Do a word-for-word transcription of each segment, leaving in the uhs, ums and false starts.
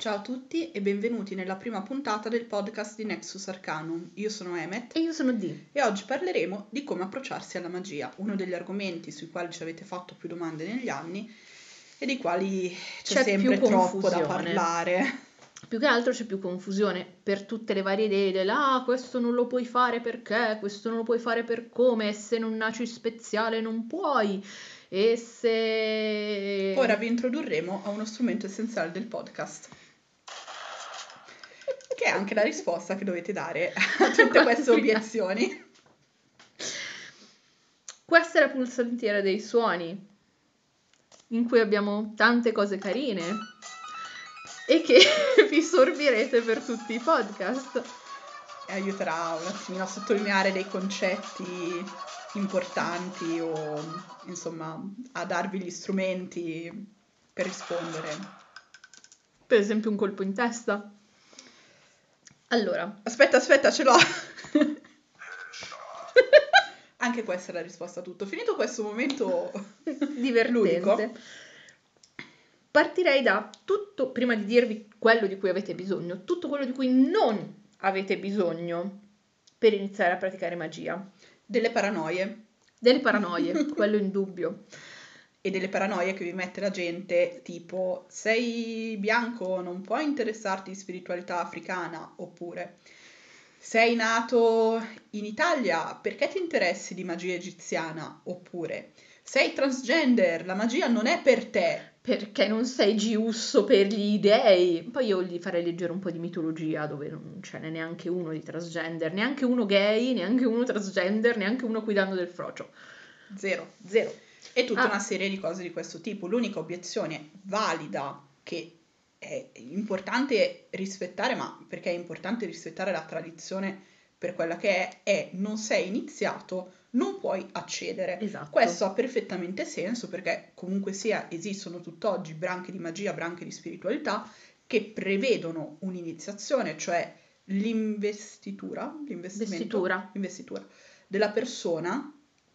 Ciao a tutti e benvenuti nella prima puntata del podcast di Nexus Arcanum. Io sono Emmet E io sono Dee. e oggi parleremo di come approcciarsi alla magia, uno degli argomenti sui quali ci avete fatto più domande negli anni e dei quali c'è, C'è sempre più troppo da confusione. parlare. Più che altro c'è più confusione per tutte le varie idee del ah, questo non lo puoi fare perché, questo non lo puoi fare per come, e se non naci speziale non puoi, e se... Ora vi introdurremo a uno strumento essenziale del podcast, che è anche la risposta che dovete dare a tutte queste obiezioni. Questa è la pulsantiera dei suoni, in cui abbiamo tante cose carine e che vi sorbirete per tutti i podcast. E aiuterà un attimino a sottolineare dei concetti importanti o insomma a darvi gli strumenti per rispondere. Per esempio un colpo in testa. Allora, Aspetta, aspetta, ce l'ho! Anche questa è la risposta a tutto. Finito questo momento divertente. ludico, partirei da tutto, prima di dirvi quello di cui avete bisogno, tutto quello di cui non avete bisogno per iniziare a praticare magia. delle paranoie. Delle paranoie, quello in dubbio. E delle paranoie che vi mette la gente, tipo sei bianco, non puoi interessarti di spiritualità africana, oppure sei nato in Italia, perché ti interessi di magia egiziana? Oppure sei transgender, la magia non è per te. Perché non sei giusto per gli dei. Poi io gli farei leggere un po' di mitologia dove non ce n'è neanche uno di transgender, neanche uno gay, neanche uno transgender, neanche uno cuidando del frocio. Zero. Zero. E tutta Ah. una serie di cose di questo tipo. L'unica obiezione valida che è importante rispettare, ma perché è importante rispettare la tradizione per quella che è, è non sei iniziato, non puoi accedere. Esatto. Questo ha perfettamente senso perché comunque sia esistono tutt'oggi branche di magia, branche di spiritualità che prevedono un'iniziazione, cioè l'investitura, l'investimento, Investitura. investitura della persona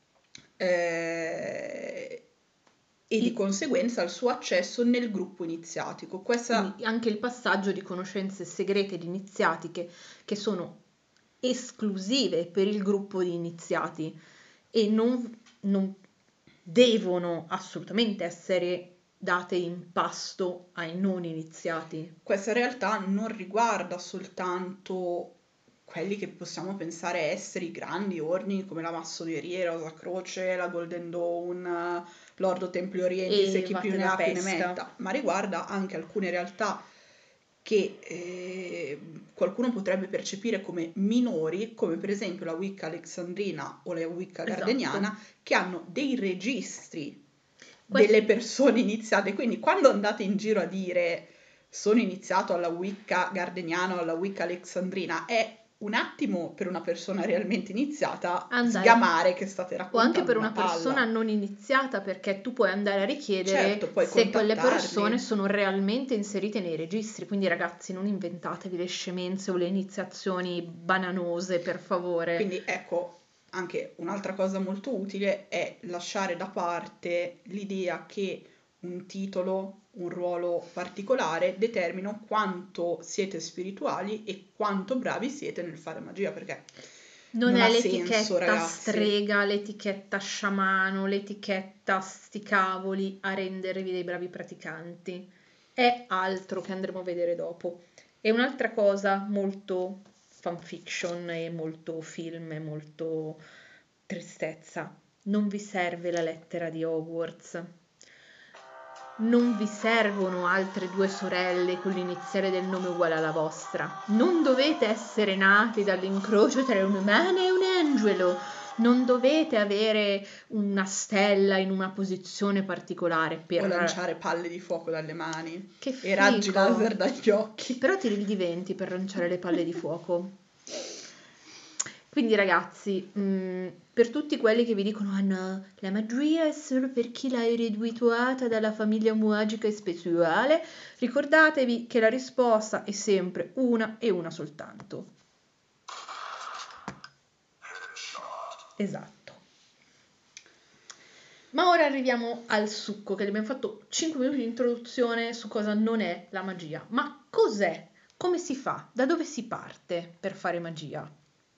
eh, e di conseguenza il suo accesso nel gruppo iniziatico. Questa... Quindi anche il passaggio di conoscenze segrete ed iniziatiche che sono esclusive per il gruppo di iniziati e non, non devono assolutamente essere date in pasto ai non iniziati. Questa realtà non riguarda soltanto quelli che possiamo pensare essere i grandi ordini come la massoneria, la Rosa Croce, la Golden Dawn, l'Ordo Templi Orientis e chi più ne ha più ne metta, ma riguarda anche alcune realtà che eh, qualcuno potrebbe percepire come minori, come per esempio la Wicca alexandrina o la Wicca gardeniana, esatto, che hanno dei registri Questo... delle persone iniziate. Quindi quando andate in giro a dire sono iniziato alla Wicca gardeniana o alla Wicca alexandrina, è un attimo per una persona realmente iniziata andare. Sgamare che state raccontando. O anche per una, una persona non iniziata, perché tu puoi andare a richiedere certo, se quelle persone sono realmente inserite nei registri. Quindi ragazzi, non inventatevi le scemenze o le iniziazioni bananose, per favore. Quindi ecco, anche un'altra cosa molto utile è lasciare da parte l'idea che un titolo, un ruolo particolare determinano quanto siete spirituali e quanto bravi siete nel fare magia, perché non, non è ha l'etichetta senso, ragazzi. strega, l'etichetta sciamano, l'etichetta sti cavoli a rendervi dei bravi praticanti. È altro che andremo a vedere dopo. E un'altra cosa molto fanfiction e molto film e molto tristezza. Non vi serve la lettera di Hogwarts. Non vi servono altre due sorelle con l'iniziale del nome uguale alla vostra. Non dovete essere nati dall'incrocio tra un umano e un angelo. Non dovete avere una stella in una posizione particolare per... O lanciare palle di fuoco dalle mani. Che e raggi figo. laser dagli occhi. Però tiri il diventi per lanciare le palle di fuoco. Quindi ragazzi, mh, per tutti quelli che vi dicono ah no, la magia è solo per chi l'ha eredituata dalla famiglia magica e speciale, ricordatevi che la risposta è sempre una e una soltanto. Esatto. Ma ora arriviamo al succo, che abbiamo fatto cinque minuti di introduzione su cosa non è la magia. Ma cos'è? Come si fa? Da dove si parte per fare magia?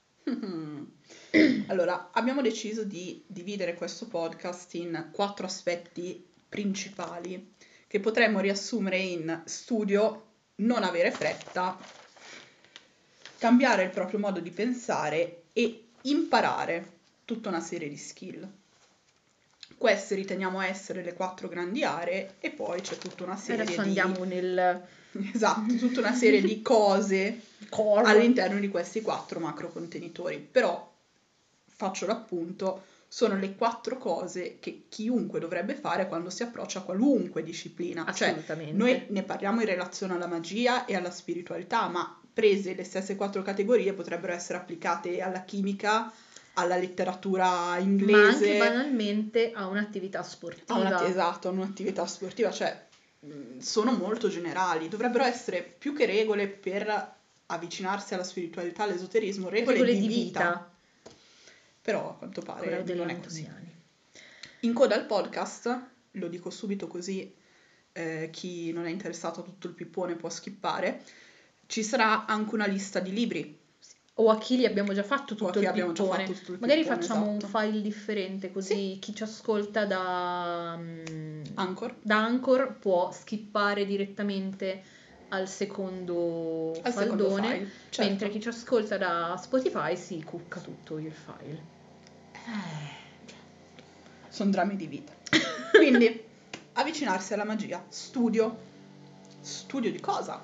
Allora, abbiamo deciso di dividere questo podcast in quattro aspetti principali che potremmo riassumere in studio, non avere fretta, cambiare il proprio modo di pensare e imparare tutta una serie di skill. Queste riteniamo essere le quattro grandi aree e poi c'è tutta una serie Adesso di... andiamo nel... Esatto, tutta una serie di cose core. all'interno di questi quattro macro contenitori. Però, faccio l'appunto, sono le quattro cose che chiunque dovrebbe fare quando si approccia a qualunque disciplina. Assolutamente. Cioè, noi ne parliamo in relazione alla magia e alla spiritualità, ma prese le stesse quattro categorie potrebbero essere applicate alla chimica, alla letteratura inglese. Ma anche banalmente a un'attività sportiva. A una, esatto, a un'attività sportiva, cioè mh, sono molto generali. Dovrebbero essere più che regole per avvicinarsi alla spiritualità, all'esoterismo, regole, Regole di di vita. vita. Però a quanto pare Corrado non degli è così. Antoniani. In coda al podcast, lo dico subito così eh, chi non è interessato a tutto il pippone può skippare, ci sarà anche una lista di libri. O a chi li abbiamo già fatto O a tutto chi il abbiamo già pippone. fatto tutto il Magari pippone, facciamo esatto. un file differente, così Sì. chi ci ascolta da, mm, Anchor. da Anchor può skippare direttamente al secondo Al secondo faldone, file, certo. mentre chi ci ascolta da Spotify si cucca tutto il file. Sono drammi di vita. Quindi, avvicinarsi alla magia. Studio. Studio di cosa?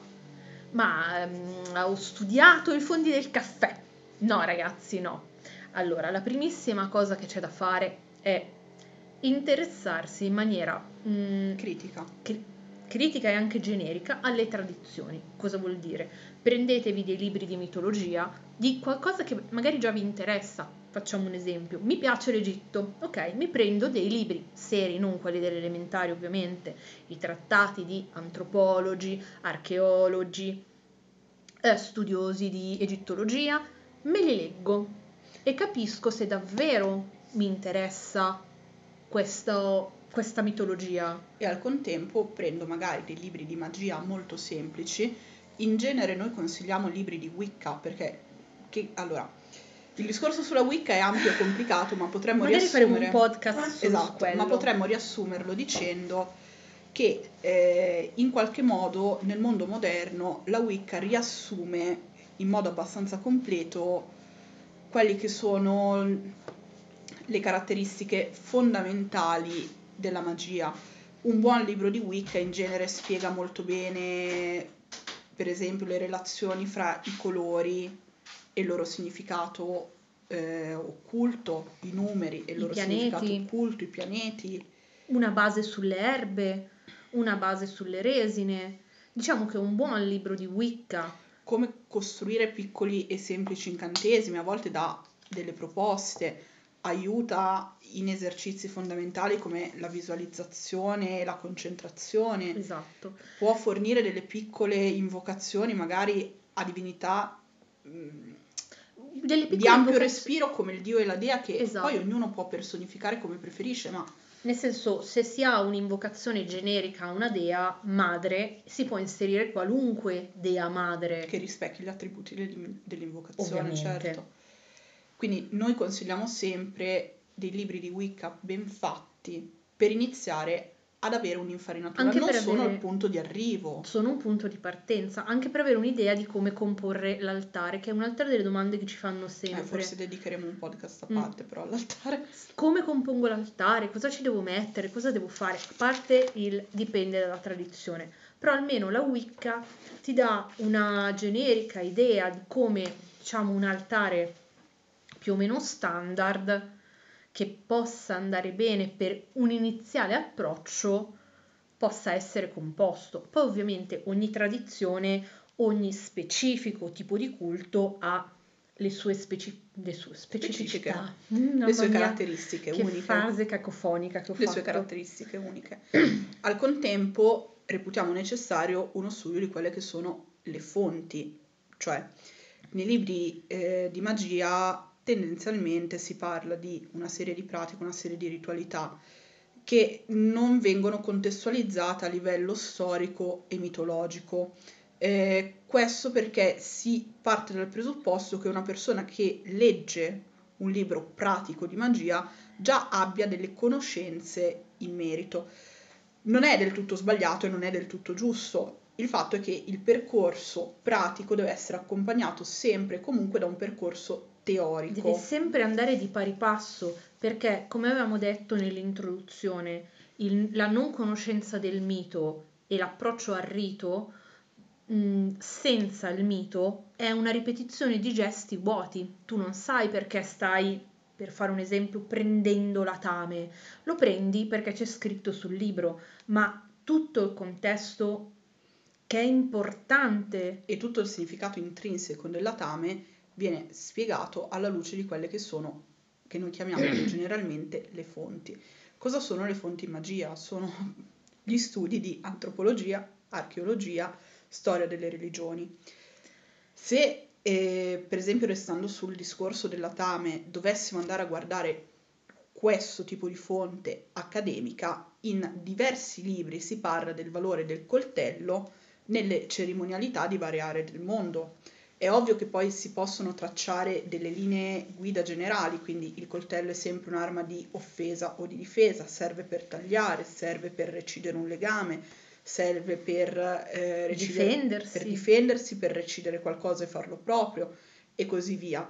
Ma mm, ho studiato i fondi del caffè. No, ragazzi, no. Allora, la primissima cosa che c'è da fare è interessarsi in maniera mm, Critica. cri- critica e anche generica alle tradizioni. Cosa vuol dire? Prendetevi dei libri di mitologia, di qualcosa che magari già vi interessa. Facciamo un esempio. Mi piace l'Egitto. Ok, mi prendo dei libri seri, non quelli delle elementari ovviamente, i trattati di antropologi, archeologi, eh, studiosi di egittologia, me li leggo e capisco se davvero mi interessa questo, questa mitologia. E al contempo prendo magari dei libri di magia molto semplici. In genere noi consigliamo libri di Wicca perché, che, allora, il discorso sulla Wicca è ampio e complicato, ma potremmo Magari riassumere... faremo un podcast solo su Esatto, quello. ma potremmo riassumerlo dicendo che eh, in qualche modo nel mondo moderno la Wicca riassume in modo abbastanza completo quelli che sono le caratteristiche fondamentali della magia. Un buon libro di Wicca in genere spiega molto bene, per esempio, le relazioni fra i colori e il loro significato eh, occulto, i numeri e il I loro pianeti. significato occulto, i pianeti. Una base sulle erbe, una base sulle resine. Diciamo che un buon libro di Wicca, Come costruire piccoli e semplici incantesimi, a volte dà delle proposte, aiuta in esercizi fondamentali come la visualizzazione e la concentrazione, esatto, può fornire delle piccole invocazioni magari a divinità mh, delle di piccole ampio invocazio- respiro come il dio e la dea che Esatto. poi ognuno può personificare come preferisce, ma Nel senso, se si ha un'invocazione generica a una dea madre, si può inserire qualunque dea madre. che rispecchi gli attributi dell'in- dell'invocazione, Ovviamente. certo. Quindi noi consigliamo sempre dei libri di Wicca ben fatti per iniziare ad avere un'infarinatura, Anche non per sono avere- il punto di arrivo. Sono un punto di partenza, anche per avere un'idea di come comporre l'altare, che è un'altra delle domande che ci fanno Eh, sempre. forse dedicheremo un podcast a Mm. parte però all'altare. Come compongo l'altare? Cosa ci devo mettere? Cosa devo fare? A parte il dipende dalla tradizione, però almeno la Wicca ti dà una generica idea di come, diciamo, un altare più o meno standard che possa andare bene per un iniziale approccio possa essere composto. Poi ovviamente ogni tradizione, ogni specifico tipo di culto ha le sue, speci- le sue specificità. Mm, le sue mamma mia, caratteristiche che uniche. frase cacofonica che ho Le fatto. sue caratteristiche uniche. Al contempo reputiamo necessario uno studio di quelle che sono le fonti, cioè nei libri eh, di magia tendenzialmente si parla di una serie di pratiche, una serie di ritualità che non vengono contestualizzate a livello storico e mitologico. Eh, questo perché si parte dal presupposto che una persona che legge un libro pratico di magia già abbia delle conoscenze in merito. Non è del tutto sbagliato e non è del tutto giusto. Il fatto è che il percorso pratico deve essere accompagnato sempre e comunque da un percorso teorico. Deve sempre andare di pari passo, perché come avevamo detto nell'introduzione, il- la non conoscenza del mito e l'approccio al rito mh, senza il mito è una ripetizione di gesti vuoti. Tu non sai perché stai, per fare un esempio, prendendo la tame. Lo prendi perché c'è scritto sul libro, ma tutto il contesto che è importante. E tutto il significato intrinseco del latame viene spiegato alla luce di quelle che sono, che noi chiamiamo generalmente le fonti. Cosa sono le fonti in magia? Sono gli studi di antropologia, archeologia, storia delle religioni. Se, eh, per esempio, restando sul discorso del latame, dovessimo andare a guardare questo tipo di fonte accademica, in diversi libri si parla del valore del coltello nelle cerimonialità di varie aree del mondo. È ovvio che poi si possono tracciare delle linee guida generali, quindi il coltello è sempre un'arma di offesa o di difesa, serve per tagliare, serve per recidere un legame, serve per, eh, recidere, Difendersi. per difendersi, per recidere qualcosa e farlo proprio, e così via.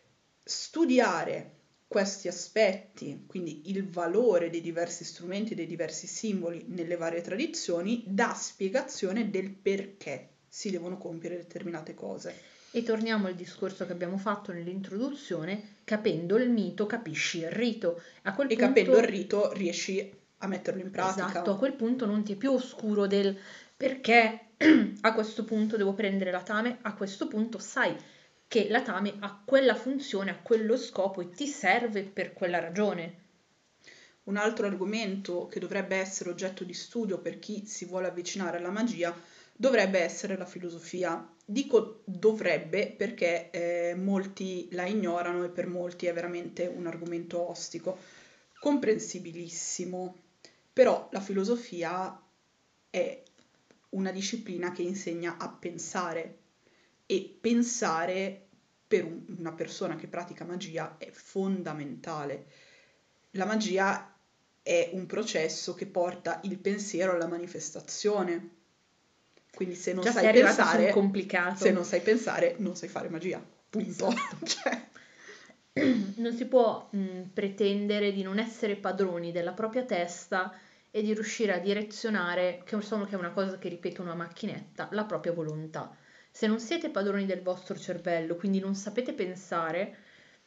Studiare questi aspetti, quindi il valore dei diversi strumenti e dei diversi simboli nelle varie tradizioni, dà spiegazione del perché si devono compiere determinate cose. E torniamo al discorso che abbiamo fatto nell'introduzione, capendo il mito capisci il rito. A quel E punto, capendo il rito riesci a metterlo in pratica. esatto, a quel punto non ti è più oscuro del perché a questo punto devo prendere la tame, a questo punto sai che la tame ha quella funzione, ha quello scopo e ti serve per quella ragione. Un altro argomento che dovrebbe essere oggetto di studio per chi si vuole avvicinare alla magia dovrebbe essere la filosofia. Dico dovrebbe perché eh, molti la ignorano e per molti è veramente un argomento ostico, comprensibilissimo, però la filosofia è una disciplina che insegna a pensare e pensare per un- una persona che pratica magia è fondamentale. La magia è un processo che porta il pensiero alla manifestazione. Quindi se non Già sai sei arrivata sul pensare, complicato. se non sai pensare, non sai fare magia. Punto. Esatto. Cioè, Non si può mh, pretendere di non essere padroni della propria testa e di riuscire a direzionare, che sono che è una cosa che ripeto una macchinetta, la propria volontà. Se non siete padroni del vostro cervello, quindi non sapete pensare,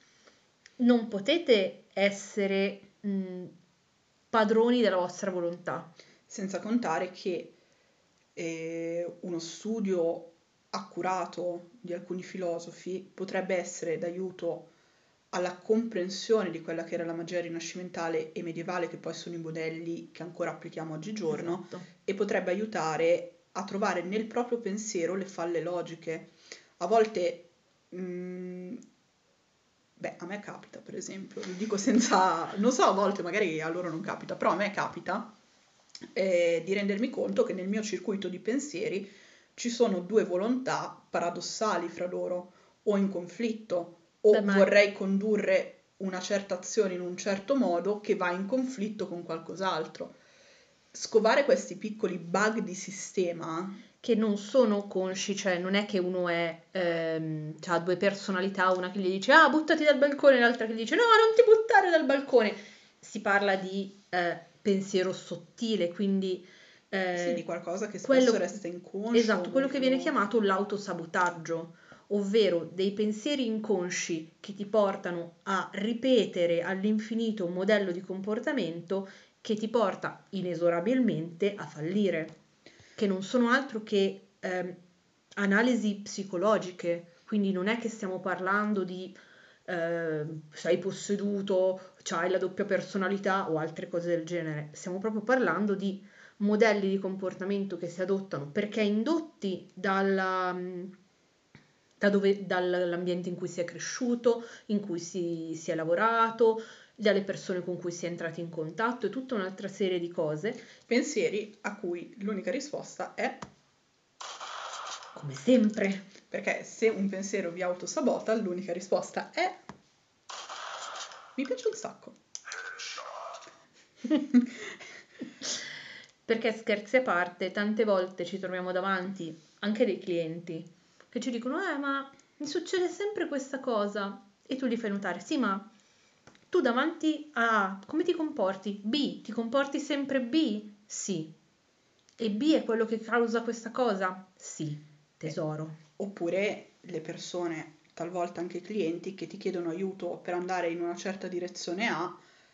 non potete essere mh, padroni della vostra volontà. senza contare che eh, uno studio accurato di alcuni filosofi potrebbe essere d'aiuto alla comprensione di quella che era la magia rinascimentale e medievale, che poi sono i modelli che ancora applichiamo oggigiorno, Esatto. e potrebbe aiutare a trovare nel proprio pensiero le falle logiche. A volte, mh, beh, a me capita, per esempio, lo dico senza, non so, a volte magari a loro non capita, però a me capita eh, di rendermi conto che nel mio circuito di pensieri ci sono due volontà paradossali fra loro, o in conflitto, o Beh, ma vorrei condurre una certa azione in un certo modo che va in conflitto con qualcos'altro. Scovare questi piccoli bug di sistema, che non sono consci, cioè non è che uno è, ehm, ha due personalità, una che gli dice ah buttati dal balcone e l'altra che gli dice no non ti buttare dal balcone. Si parla di eh, pensiero sottile, quindi eh, sì, di qualcosa che spesso quello, resta inconscio. esatto, quello che viene molto- chiamato l'autosabotaggio, ovvero dei pensieri inconsci che ti portano a ripetere all'infinito un modello di comportamento che ti porta inesorabilmente a fallire, che non sono altro che ehm, analisi psicologiche, quindi non è che stiamo parlando di eh, sei posseduto, c'hai la doppia personalità o altre cose del genere, stiamo proprio parlando di modelli di comportamento che si adottano perché indotti dalla, da dove, dall'ambiente in cui si è cresciuto, in cui si, si è lavorato, dalle persone con cui si è entrati in contatto e tutta un'altra serie di cose. Pensieri a cui l'unica risposta è... Come sempre. Perché se un pensiero vi autosabota, l'unica risposta è... Mi piace un sacco. Perché scherzi a parte, tante volte ci troviamo davanti anche dei clienti che ci dicono eh ma mi succede sempre questa cosa e tu gli fai notare sì ma tu davanti a A come ti comporti? B, ti comporti sempre B? Sì. E B è quello che causa questa cosa? Sì, tesoro. Oppure le persone, talvolta anche i clienti, che ti chiedono aiuto per andare in una certa direzione A,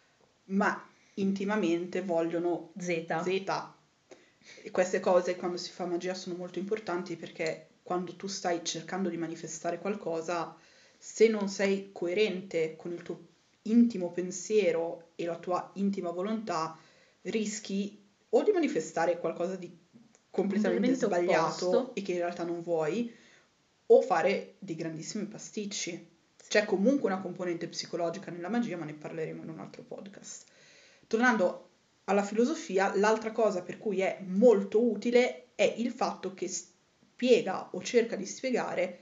ma intimamente vogliono Z. Z. E queste cose quando si fa magia sono molto importanti perché quando tu stai cercando di manifestare qualcosa, se non sei coerente con il tuo intimo pensiero e la tua intima volontà, rischi o di manifestare qualcosa di completamente Completamente sbagliato opposto. e che in realtà non vuoi, o fare dei grandissimi pasticci. C'è comunque una componente psicologica nella magia, ma ne parleremo in un altro podcast. Tornando alla filosofia, l'altra cosa per cui è molto utile è il fatto che spiega o cerca di spiegare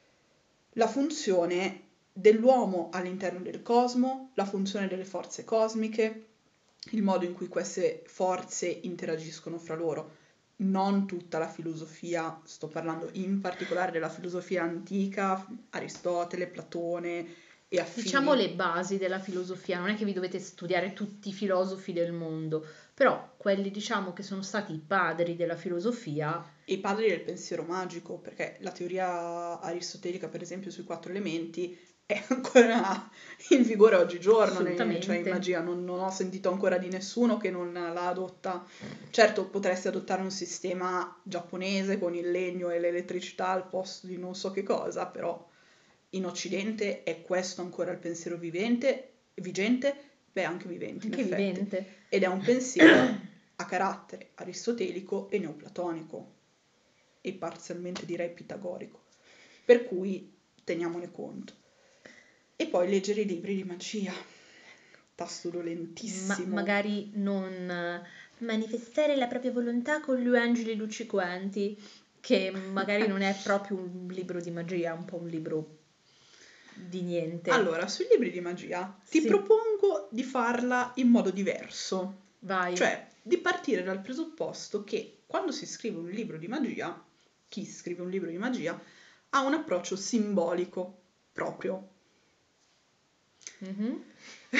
la funzione dell'uomo all'interno del cosmo, la funzione delle forze cosmiche, il modo in cui queste forze interagiscono fra loro. Non tutta la filosofia, sto parlando in particolare della filosofia antica, Aristotele, Platone e affini. Diciamo le basi della filosofia, non è che vi dovete studiare tutti i filosofi del mondo, però quelli diciamo che sono stati i padri della filosofia. E i padri del pensiero magico, perché la teoria aristotelica, per esempio, sui quattro elementi è ancora in vigore oggigiorno, ne- cioè in Assolutamente. magia non, non ho sentito ancora di nessuno che non la adotta. Certo, potresti adottare un sistema giapponese con il legno e l'elettricità al posto di non so che cosa, però in Occidente è questo ancora il pensiero vivente, vigente, beh anche vivente in Anche effetti, vivente. ed è un pensiero a carattere aristotelico e neoplatonico e parzialmente direi pitagorico, per cui teniamone conto. E poi leggere i libri di magia, tasto Ma dolentissimo. magari non eh, manifestare la propria volontà con due angeli luccicanti, che magari non è proprio un libro di magia, è un po' un libro di niente. Allora, sui libri di magia ti Sì. propongo di farla in modo diverso, Vai. cioè di partire dal presupposto che quando si scrive un libro di magia, chi scrive un libro di magia ha un approccio simbolico proprio. Mhm.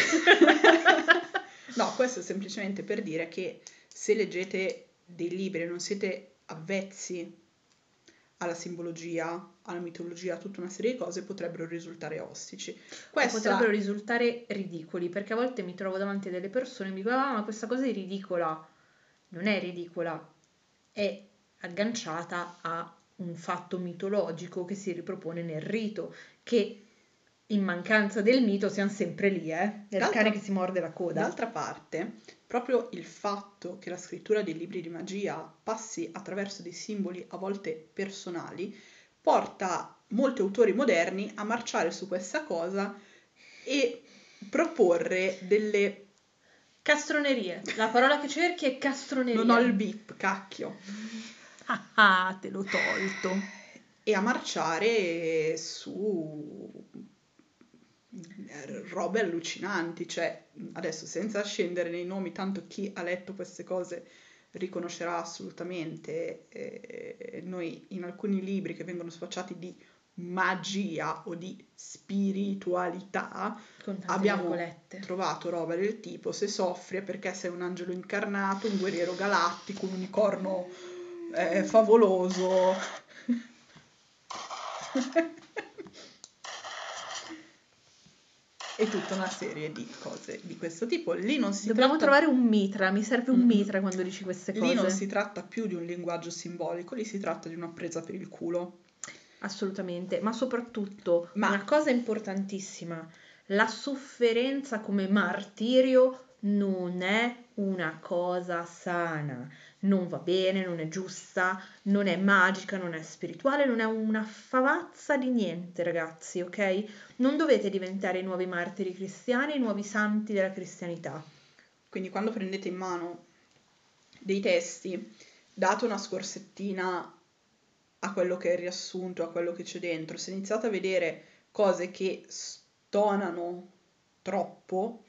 No, questo è semplicemente per dire che se leggete dei libri e non siete avvezzi alla simbologia, alla mitologia, a tutta una serie di cose, potrebbero risultare ostici. O Questa potrebbero risultare ridicoli, perché a volte mi trovo davanti a delle persone e mi dicono ah ma questa cosa è ridicola. Non è ridicola, è agganciata a un fatto mitologico che si ripropone nel rito, che in mancanza del mito siamo sempre lì, eh? È il D'altra- cane che si morde la coda. D'altra parte, proprio il fatto che la scrittura dei libri di magia passi attraverso dei simboli a volte personali porta molti autori moderni a marciare su questa cosa e proporre delle... Castronerie. La parola che cerchi è castroneria. Non ho il beep, cacchio. Ah ah, te l'ho tolto. E a marciare su robe allucinanti, cioè adesso senza scendere nei nomi, tanto chi ha letto queste cose riconoscerà assolutamente, eh, noi in alcuni libri che vengono spacciati di magia o di spiritualità Con tante abbiamo virgolette. trovato roba del tipo se soffri è perché sei un angelo incarnato, un guerriero galattico, un unicorno eh, favoloso. E tutta una serie di cose di questo tipo. Lì non si Dobbiamo tratta... trovare un mitra, mi serve un Mm-mm. mitra quando dici queste cose. Lì non si tratta più di un linguaggio simbolico, lì si tratta di una presa per il culo. Assolutamente, ma soprattutto Ma una cosa importantissima, la sofferenza come martirio non è una cosa sana, non va bene, non è giusta, non è magica, non è spirituale, non è una favazza di niente, ragazzi, ok? Non dovete diventare i nuovi martiri cristiani, i nuovi santi della cristianità. Quindi quando prendete in mano dei testi, date una scorsettina a quello che è il riassunto, a quello che c'è dentro. Se iniziate a vedere cose che stonano troppo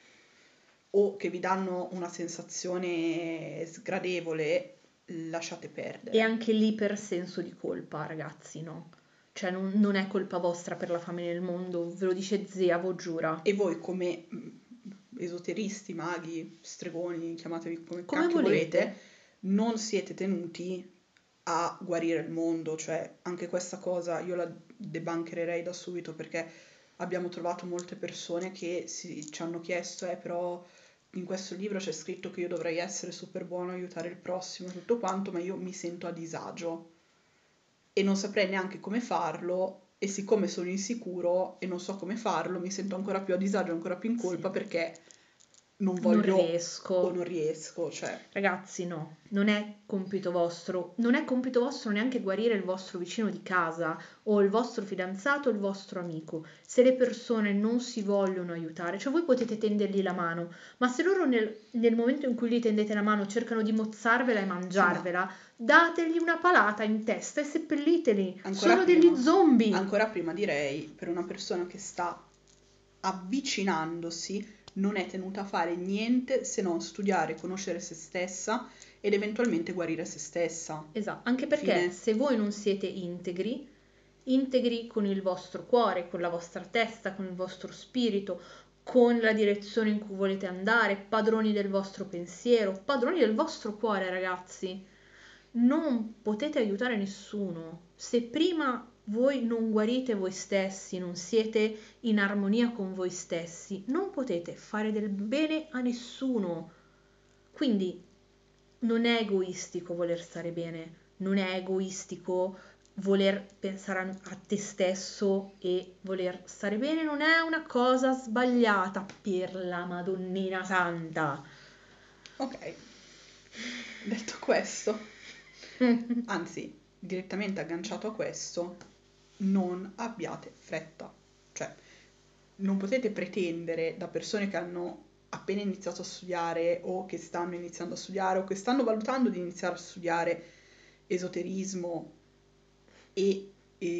o che vi danno una sensazione sgradevole, lasciate perdere. E anche l'ipersenso di colpa, ragazzi, no? Cioè non, non è colpa vostra per la fame nel mondo, ve lo dice Zeavo, giura. E voi come mm, esoteristi, maghi, stregoni, chiamatevi come, Come cacchio volete. volete, non siete tenuti a guarire il mondo, cioè anche questa cosa io la debunkerei da subito perché abbiamo trovato molte persone che si, ci hanno chiesto, eh però in questo libro c'è scritto che io dovrei essere super buono, aiutare il prossimo, tutto quanto, ma io mi sento a disagio e non saprei neanche come farlo e siccome sono insicuro e non so come farlo, mi sento ancora più a disagio, ancora più in colpa Sì. perché non Non voglio o riesco. non riesco, cioè Ragazzi, no, non è compito vostro, non è compito vostro neanche guarire il vostro vicino di casa o il vostro fidanzato o il vostro amico. Se le persone non si vogliono aiutare, cioè voi potete tendergli la mano, ma se loro nel, nel momento in cui gli tendete la mano cercano di mozzarvela e mangiarvela, dategli una palata in testa e seppelliteli. ancora Sono prima, degli zombie. ancora prima direi per una persona che sta avvicinandosi non è tenuta a fare niente se non studiare, conoscere se stessa ed eventualmente guarire se stessa. Esatto, anche perché Fine. se voi non siete integri, integri con il vostro cuore, con la vostra testa, con il vostro spirito, con la direzione in cui volete andare, padroni del vostro pensiero, padroni del vostro cuore, ragazzi, non potete aiutare nessuno. Se prima voi non guarite voi stessi, non siete in armonia con voi stessi, non potete fare del bene a nessuno. Quindi non è egoistico voler stare bene, non è egoistico voler pensare a, a te stesso e voler stare bene, non è una cosa sbagliata per la Madonnina Santa. Ok, detto questo, anzi, direttamente agganciato a questo, non abbiate fretta. Cioè, non potete pretendere da persone che hanno appena iniziato a studiare o che stanno iniziando a studiare o che stanno valutando di iniziare a studiare esoterismo e,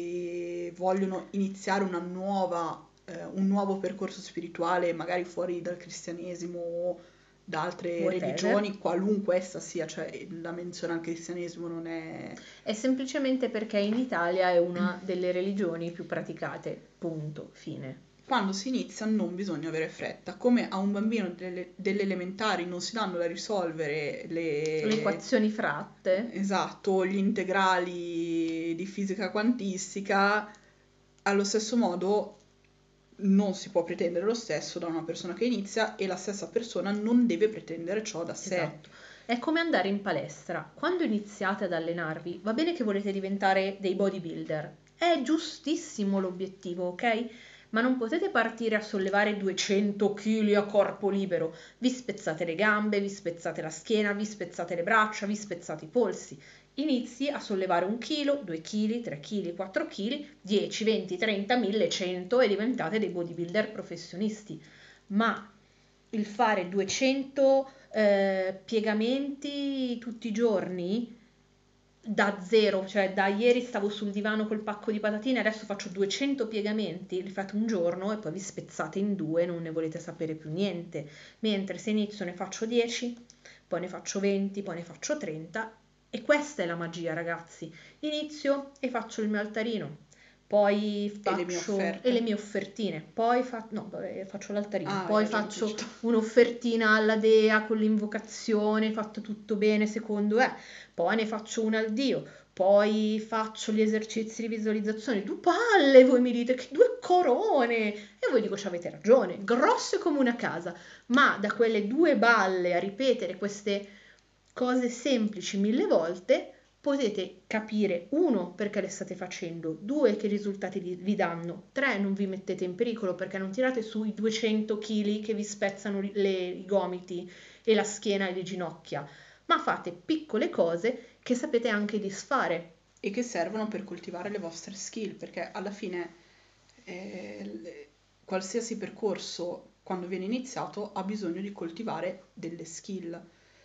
e vogliono iniziare una nuova, eh, un nuovo percorso spirituale, magari fuori dal cristianesimo o da altre Whatever. religioni, qualunque essa sia, cioè la menzione al cristianesimo non è... È semplicemente perché in Italia è una delle religioni più praticate, punto, fine. Quando si inizia non bisogna avere fretta, come a un bambino delle, delle elementari non si danno da risolvere le... Le equazioni fratte. Esatto, gli integrali di fisica quantistica, allo stesso modo non si può pretendere lo stesso da una persona che inizia e la stessa persona non deve pretendere ciò da sé. Esatto. È come andare in palestra. Quando iniziate ad allenarvi, va bene che volete diventare dei bodybuilder. È giustissimo l'obiettivo, ok? Ma non potete partire a sollevare duecento chili a corpo libero. Vi spezzate le gambe, vi spezzate la schiena, vi spezzate le braccia, vi spezzate i polsi. Inizi a sollevare un chilo, due chili, tre chili, quattro chili, dieci, venti, trenta, mille, cento e diventate dei bodybuilder professionisti. Ma il fare duecento eh, piegamenti tutti i giorni da zero, cioè da ieri stavo sul divano col pacco di patatine, adesso faccio duecento piegamenti, li fate un giorno e poi vi spezzate in due, non ne volete sapere più niente. Mentre se inizio ne faccio dieci, poi ne faccio venti, poi ne faccio trenta e questa è la magia, ragazzi. Inizio e faccio il mio altarino, poi E le mie faccio offerte. e le mie offertine, poi fa- no, vabbè, faccio l'altarino, Ah, hai poi ragione, faccio giusto. un'offertina alla dea con l'invocazione, fatto tutto bene secondo è, poi ne faccio una al Dio, poi faccio gli esercizi di visualizzazione, due palle, voi mi dite che due corone, e voi dico ci avete ragione, grosse come una casa, ma da quelle due balle a ripetere queste cose semplici mille volte potete capire, uno, perché le state facendo, due, che risultati vi vi danno, tre, non vi mettete in pericolo perché non tirate su i duecento chili che vi spezzano le, i gomiti e la schiena e le ginocchia, ma fate piccole cose che sapete anche disfare. E che servono per coltivare le vostre skill, perché alla fine eh, le- qualsiasi percorso, quando viene iniziato, ha bisogno di coltivare delle skill.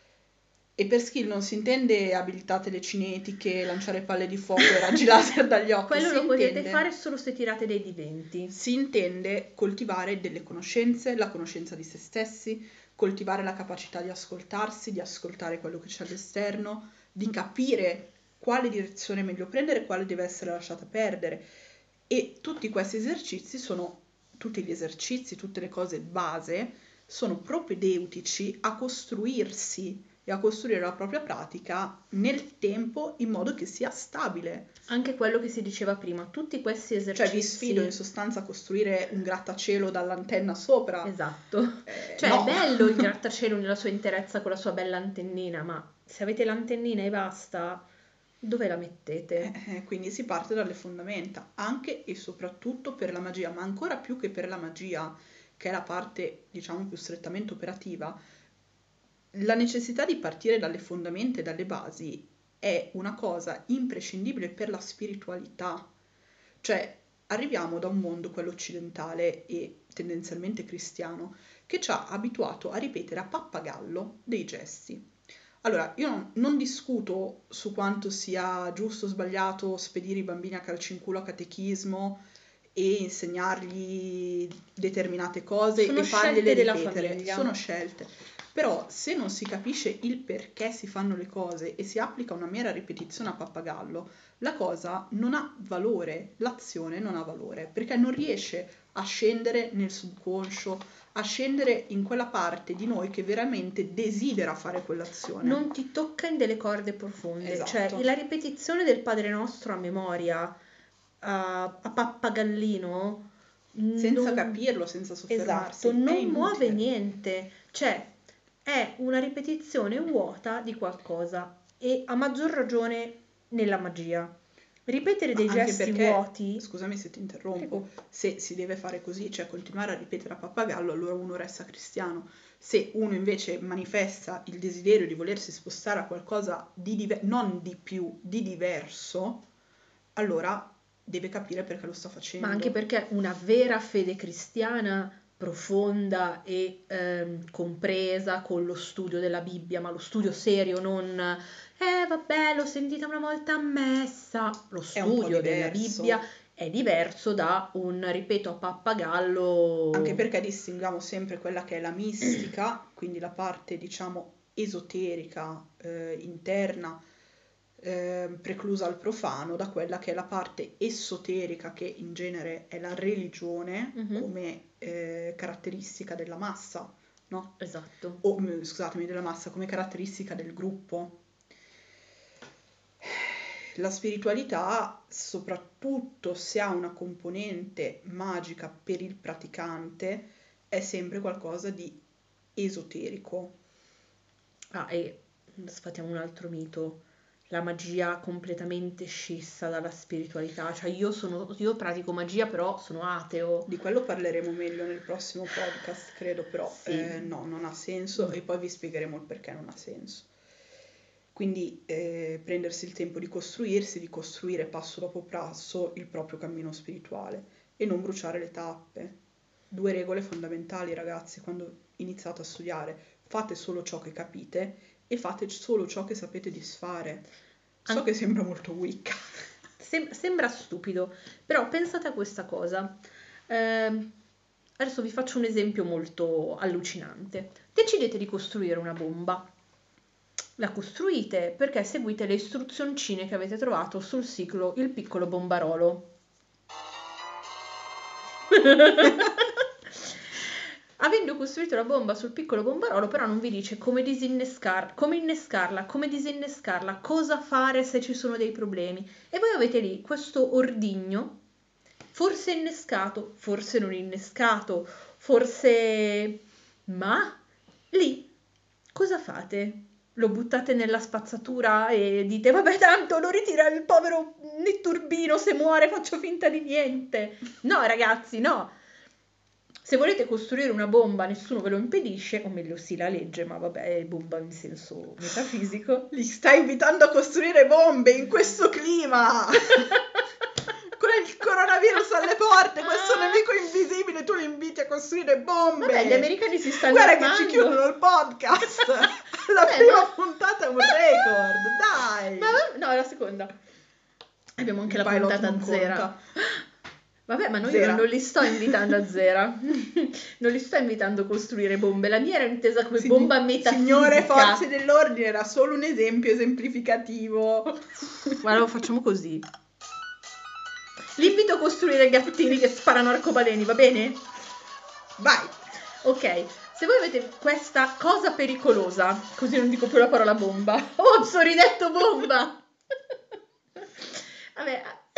E per skill non si intende abilità telecinetiche, lanciare palle di fuoco e raggi laser dagli occhi, Quello si lo potete intende, fare solo se tirate dei di venti. si intende coltivare delle conoscenze, la conoscenza di se stessi, coltivare la capacità di ascoltarsi, di ascoltare quello che c'è all'esterno, di capire quale direzione è meglio prendere e quale deve essere lasciata perdere. E tutti questi esercizi sono, tutti gli esercizi, tutte le cose base, sono propedeutici a costruirsi e a costruire la propria pratica nel tempo in modo che sia stabile. Anche quello che si diceva prima, tutti questi Cioè vi esercizi... sfido in sostanza a costruire un grattacielo dall'antenna sopra. Esatto. Eh, Cioè no. è bello il grattacielo nella sua interezza con la sua bella antennina, ma se avete l'antennina e basta, dove la mettete? Eh, eh, quindi si parte dalle fondamenta, anche e soprattutto per la magia, ma ancora più che per la magia, che è la parte, diciamo, più strettamente operativa. La necessità di partire dalle fondamenta e dalle basi è una cosa imprescindibile per la spiritualità. Cioè, arriviamo da un mondo, quello occidentale e tendenzialmente cristiano, che ci ha abituato a ripetere a pappagallo dei gesti. Allora, io non, non discuto su quanto sia giusto o sbagliato spedire i bambini a calci in culo a catechismo e insegnargli determinate cose Sono e fargliele scelte della ripetere. famiglia. Sono scelte. Però se non si capisce il perché si fanno le cose e si applica una mera ripetizione a pappagallo, la cosa non ha valore, l'azione non ha valore, perché non riesce a scendere nel subconscio, a scendere in quella parte di noi che veramente desidera fare quell'azione. Non ti tocca in delle corde profonde, Esatto. cioè la ripetizione del Padre Nostro a memoria, a, a pappagallino, Senza non- capirlo, senza soffermarsi, esatto, è non muove inutile. niente, cioè è una ripetizione vuota di qualcosa e a maggior ragione nella magia. Ripetere Ma dei anche gesti perché, vuoti, scusami se ti interrompo, prego. se si deve fare così, cioè continuare a ripetere a pappagallo, allora uno resta cristiano. Se uno invece manifesta il desiderio di volersi spostare a qualcosa di diverso, non di più, di diverso, allora deve capire perché lo sta facendo. Ma anche perché una vera fede cristiana profonda e ehm, compresa con lo studio della Bibbia, ma lo studio serio, non eh vabbè, l'ho sentita una volta a messa. Lo È un po' studio della diverso. Bibbia è diverso da un, ripeto, a pappagallo. Anche perché distinguiamo sempre quella che è la mistica, quindi la parte, diciamo, esoterica, eh, interna, eh, preclusa al profano, da quella che è la parte esoterica, che in genere è la religione Mhm. come eh, caratteristica della massa, no? Esatto. O, mm, scusatemi, della massa come caratteristica del gruppo. La spiritualità, soprattutto se ha una componente magica per il praticante, è sempre qualcosa di esoterico. Ah, e sfatiamo un altro mito. La magia completamente scissa dalla spiritualità. Cioè io sono, io pratico magia, però sono ateo. Di quello parleremo meglio nel prossimo podcast, credo, però Sì. eh, no, non ha senso No. e poi vi spiegheremo il perché non ha senso. Quindi eh, prendersi il tempo di costruirsi, di costruire passo dopo passo il proprio cammino spirituale e non bruciare le tappe. Due regole fondamentali, ragazzi, quando iniziate a studiare: fate solo ciò che capite e fate solo ciò che sapete disfare. So An- che sembra molto Wicca. Sem- sembra stupido, però pensate a questa cosa. Ehm, adesso vi faccio un esempio molto allucinante. Decidete di costruire una bomba. La costruite perché seguite le istruzioncine che avete trovato sul sito Il Piccolo Bombarolo. Avendo costruito la bomba sul piccolo bombarolo, però non vi dice come disinnescar- come innescarla, come disinnescarla, cosa fare se ci sono dei problemi. E voi avete lì questo ordigno, forse innescato, forse non innescato, forse... Ma lì cosa fate? lo buttate nella spazzatura e dite vabbè tanto lo ritira il povero netturbino, se muore faccio finta di niente. No ragazzi, no. Se volete costruire una bomba nessuno ve lo impedisce, o meglio sì la legge, ma vabbè è bomba in senso metafisico. Li stai invitando a costruire bombe in questo clima! Con il coronavirus alle porte, questo nemico invisibile, tu li inviti a costruire bombe! Vabbè, gli americani si stanno Guarda armando. che ci chiudono il podcast! La Vabbè, prima ma- puntata è un record, dai! Ma no, la seconda. Abbiamo anche Il la pilot puntata non zera. conta. Vabbè, ma noi Zera. non li sto invitando a zera. Non li sto invitando a costruire bombe. La mia era intesa come Sig- bomba metafisica. Signore forze dell'ordine, era solo un esempio esemplificativo. Guarda, lo facciamo così. Li invito a costruire gattini che sparano arcobaleni, va bene? Vai! Ok, se voi avete questa cosa pericolosa, così non dico più la parola bomba. Oh, ho ridetto bomba! Vabbè,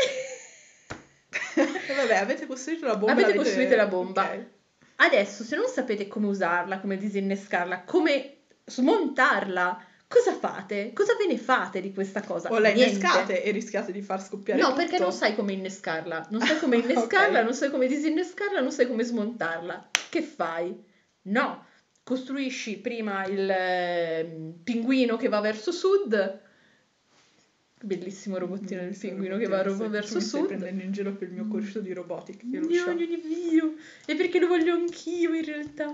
E vabbè, avete costruito la bomba. avete l'avete- costruito la bomba. ok. Adesso, se non sapete come usarla, come disinnescarla, come smontarla, cosa fate? Cosa ve ne fate di questa cosa? O la Niente. innescate e rischiate di far scoppiare No, tutto. perché non sai come innescarla. Non sai come Ok. innescarla, non sai come disinnescarla, non sai come smontarla. Che fai? No, costruisci prima il eh, pinguino che va verso sud. Bellissimo robottino del Bellissimo pinguino che robottino, va stai- verso mi stai sud. prendendo in giro per il mio corso di robotica, io lo Dio, so. Dio, Dio. E perché lo voglio anch'io in realtà.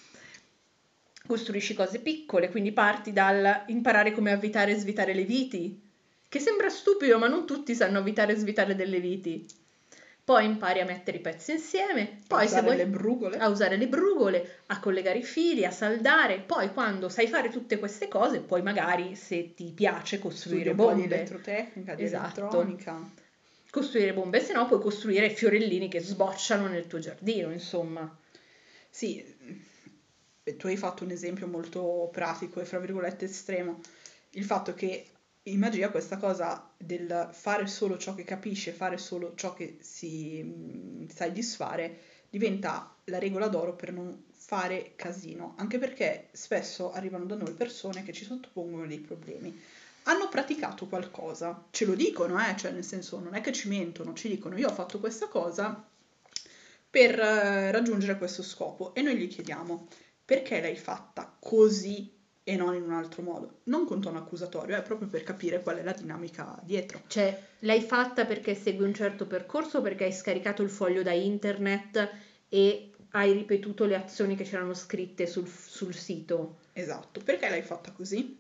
Costruisci cose piccole, quindi parti dal imparare come avvitare e svitare le viti, che sembra stupido, ma non tutti sanno avvitare e svitare delle viti. Poi impari a mettere i pezzi insieme, poi se usare vuoi le brugole. a usare le brugole, a collegare i fili, a saldare. Poi quando sai fare tutte queste cose, poi magari se ti piace Studi costruire un po' di bombe. elettrotecnica, di Esatto. elettronica. Costruire bombe, se no puoi costruire fiorellini che sbocciano nel tuo giardino, insomma. Sì, eh, tu hai fatto un esempio molto pratico e fra virgolette estremo. Il fatto che in magia questa cosa del fare solo ciò che capisce, fare solo ciò che si mh, sai disfare, diventa la regola d'oro per non fare casino, anche perché spesso arrivano da noi persone che ci sottopongono dei problemi. Hanno praticato qualcosa, ce lo dicono, eh? Cioè nel senso non è che ci mentono, ci dicono io ho fatto questa cosa per eh, raggiungere questo scopo e noi gli chiediamo perché l'hai fatta così e non in un altro modo, non con tono accusatorio, è proprio per capire qual è la dinamica dietro. Cioè, l'hai fatta perché segui un certo percorso, perché hai scaricato il foglio da internet e hai ripetuto le azioni che c'erano scritte sul, sul sito. Esatto, perché l'hai fatta così?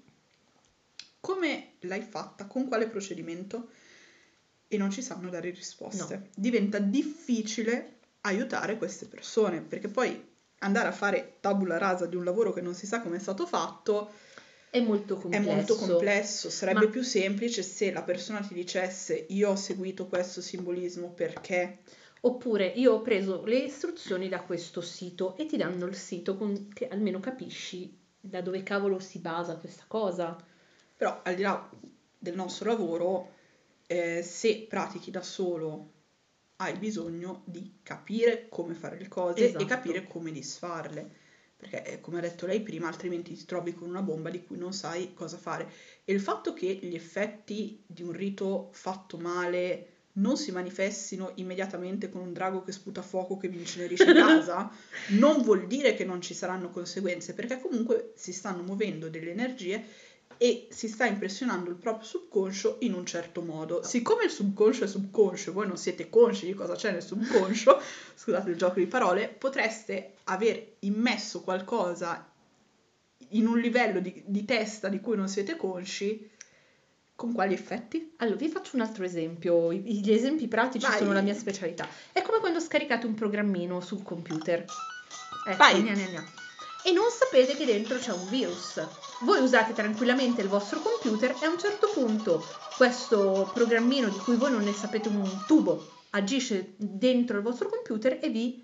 Come l'hai fatta? Con quale procedimento? E non ci sanno dare risposte. No. Diventa difficile aiutare queste persone, perché poi andare a fare tabula rasa di un lavoro che non si sa come è stato fatto È molto complesso. è molto complesso. Sarebbe Ma- più semplice se la persona ti dicesse io ho seguito questo simbolismo perché... Oppure io ho preso le istruzioni da questo sito e ti danno il sito con, che almeno capisci da dove cavolo si basa questa cosa. Però al di là del nostro lavoro, eh, se pratichi da solo hai bisogno di capire come fare le cose Esatto. e capire come disfarle. Perché, eh, come ha detto lei prima, altrimenti ti trovi con una bomba di cui non sai cosa fare. E il fatto che gli effetti di un rito fatto male non si manifestino immediatamente con un drago che sputa fuoco che vi incenerisce casa, non vuol dire che non ci saranno conseguenze, perché comunque si stanno muovendo delle energie e si sta impressionando il proprio subconscio in un certo modo. Siccome il subconscio è subconscio, voi non siete consci di cosa c'è nel subconscio, scusate il gioco di parole, potreste aver immesso qualcosa in un livello di, di testa di cui non siete consci. Con quali effetti? Allora, vi faccio un altro esempio. I- Gli esempi pratici Vai. sono la mia specialità. È come quando scaricate un programmino sul computer. Ecco, Vai. gna gna gna. E non sapete che dentro c'è un virus. Voi usate tranquillamente il vostro computer e a un certo punto questo programmino di cui voi non ne sapete un tubo agisce dentro il vostro computer e vi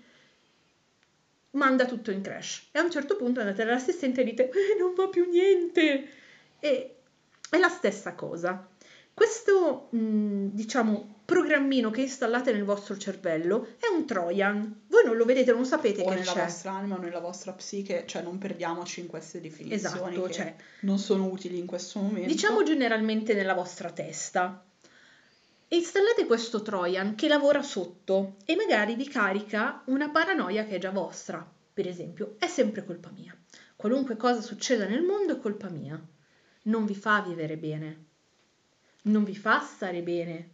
manda tutto in crash. E a un certo punto andate dall'assistente e dite eh, non va più niente. E è la stessa cosa. questo, mh, diciamo, programmino che installate nel vostro cervello è un Trojan. Voi non lo vedete, non sapete O che nella c'è. vostra anima o nella vostra psiche, cioè non perdiamoci in queste definizioni Esatto, che cioè, non sono utili in questo momento. diciamo generalmente nella vostra testa. E installate questo Trojan che lavora sotto e magari vi carica una paranoia che è già vostra. Per esempio, è sempre colpa mia. Qualunque cosa succeda nel mondo è colpa mia. Non vi fa vivere bene. Non vi fa stare bene.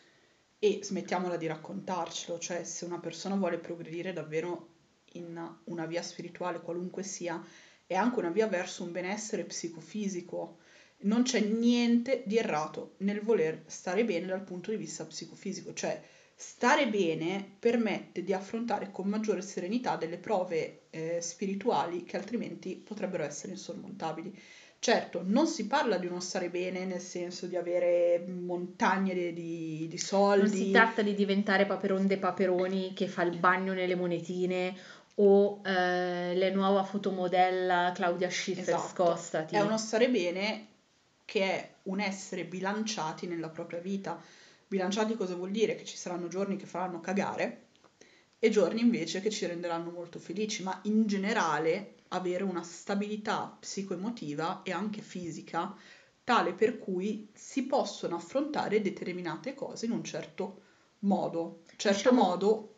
E smettiamola di raccontarcelo, cioè se una persona vuole progredire davvero in una via spirituale, qualunque sia, è anche una via verso un benessere psicofisico. Non c'è niente di errato nel voler stare bene dal punto di vista psicofisico, cioè stare bene permette di affrontare con maggiore serenità delle prove eh, spirituali che altrimenti potrebbero essere insormontabili. Certo, non si parla di uno stare bene nel senso di avere montagne di, di- di Non si soldi. tratta di diventare Paperon de Paperoni che fa il bagno nelle monetine o eh, la nuova fotomodella Claudia Schiffer Esatto, scostati. è uno stare bene che è un essere bilanciati nella propria vita. Bilanciati cosa vuol dire? Che ci saranno giorni che faranno cagare e giorni invece che ci renderanno molto felici, ma in generale avere una stabilità psicoemotiva e anche fisica tale per cui si possono affrontare determinate cose in un certo modo. Certo Diciamo- modo,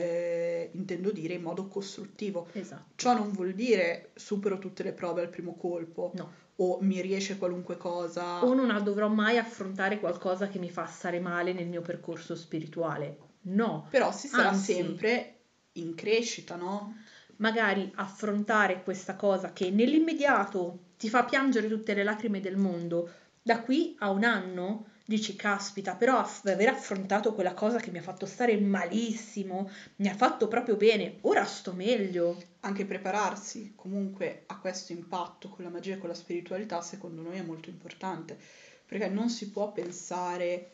eh, intendo dire in modo costruttivo. Esatto. Ciò non vuol dire supero tutte le prove al primo colpo No. o mi riesce qualunque cosa. O non dovrò mai affrontare qualcosa che mi fa stare male nel mio percorso spirituale. No. Però si sarà Anzi, sempre in crescita, no? magari affrontare questa cosa che nell'immediato ti fa piangere tutte le lacrime del mondo, da qui a un anno dici caspita, però aff- aver affrontato quella cosa che mi ha fatto stare malissimo, mi ha fatto proprio bene, ora sto meglio. Anche prepararsi comunque a questo impatto con la magia e con la spiritualità, secondo noi è molto importante, perché non si può pensare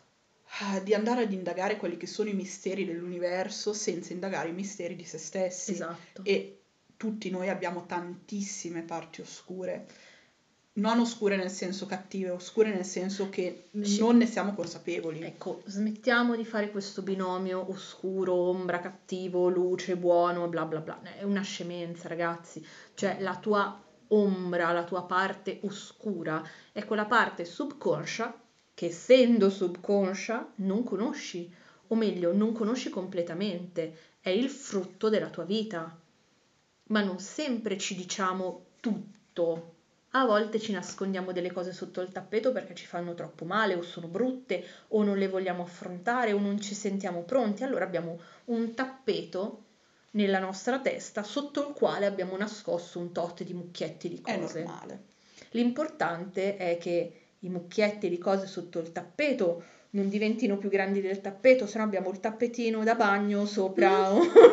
ah, di andare ad indagare quelli che sono i misteri dell'universo senza indagare i misteri di se stessi. Esatto. E tutti noi abbiamo tantissime parti oscure. Non oscure nel senso cattive, oscure nel senso che Sì. non ne siamo consapevoli. Ecco, smettiamo di fare questo binomio oscuro, ombra, cattivo, luce, buono, bla bla bla. È una scemenza, ragazzi. Cioè, la tua ombra, la tua parte oscura è quella parte subconscia che, essendo subconscia, non conosci, o meglio, non conosci completamente. È il frutto della tua vita. Ma non sempre ci diciamo tutto. A volte ci nascondiamo delle cose sotto il tappeto perché ci fanno troppo male o sono brutte o non le vogliamo affrontare o non ci sentiamo pronti. Allora abbiamo un tappeto nella nostra testa sotto il quale abbiamo nascosto un tot di mucchietti di È cose. normale. L'importante è che i mucchietti di cose sotto il tappeto non diventino più grandi del tappeto, se no abbiamo il tappetino da bagno sopra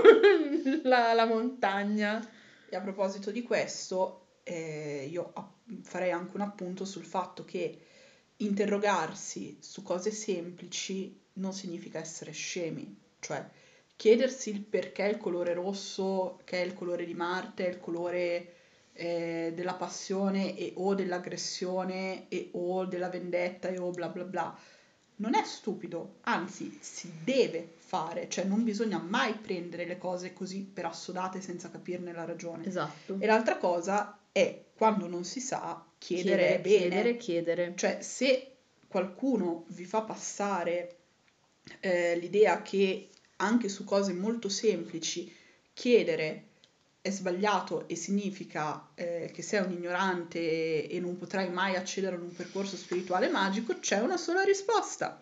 la, la montagna. E a proposito di questo, eh, io app- farei anche un appunto sul fatto che interrogarsi su cose semplici non significa essere scemi, cioè chiedersi il perché il colore rosso, che è il colore di Marte, è il colore eh, della passione e o dell'aggressione e o della vendetta e o bla bla bla. Non è stupido, anzi si deve fare, cioè non bisogna mai prendere le cose così per assodate senza capirne la ragione. Esatto. E l'altra cosa è, quando non si sa, chiedere, Chiedere, bene. chiedere, chiedere. Cioè, se qualcuno vi fa passare eh, l'idea che anche su cose molto semplici chiedere è sbagliato e significa eh, che sei un ignorante e non potrai mai accedere ad un percorso spirituale magico, c'è una sola risposta.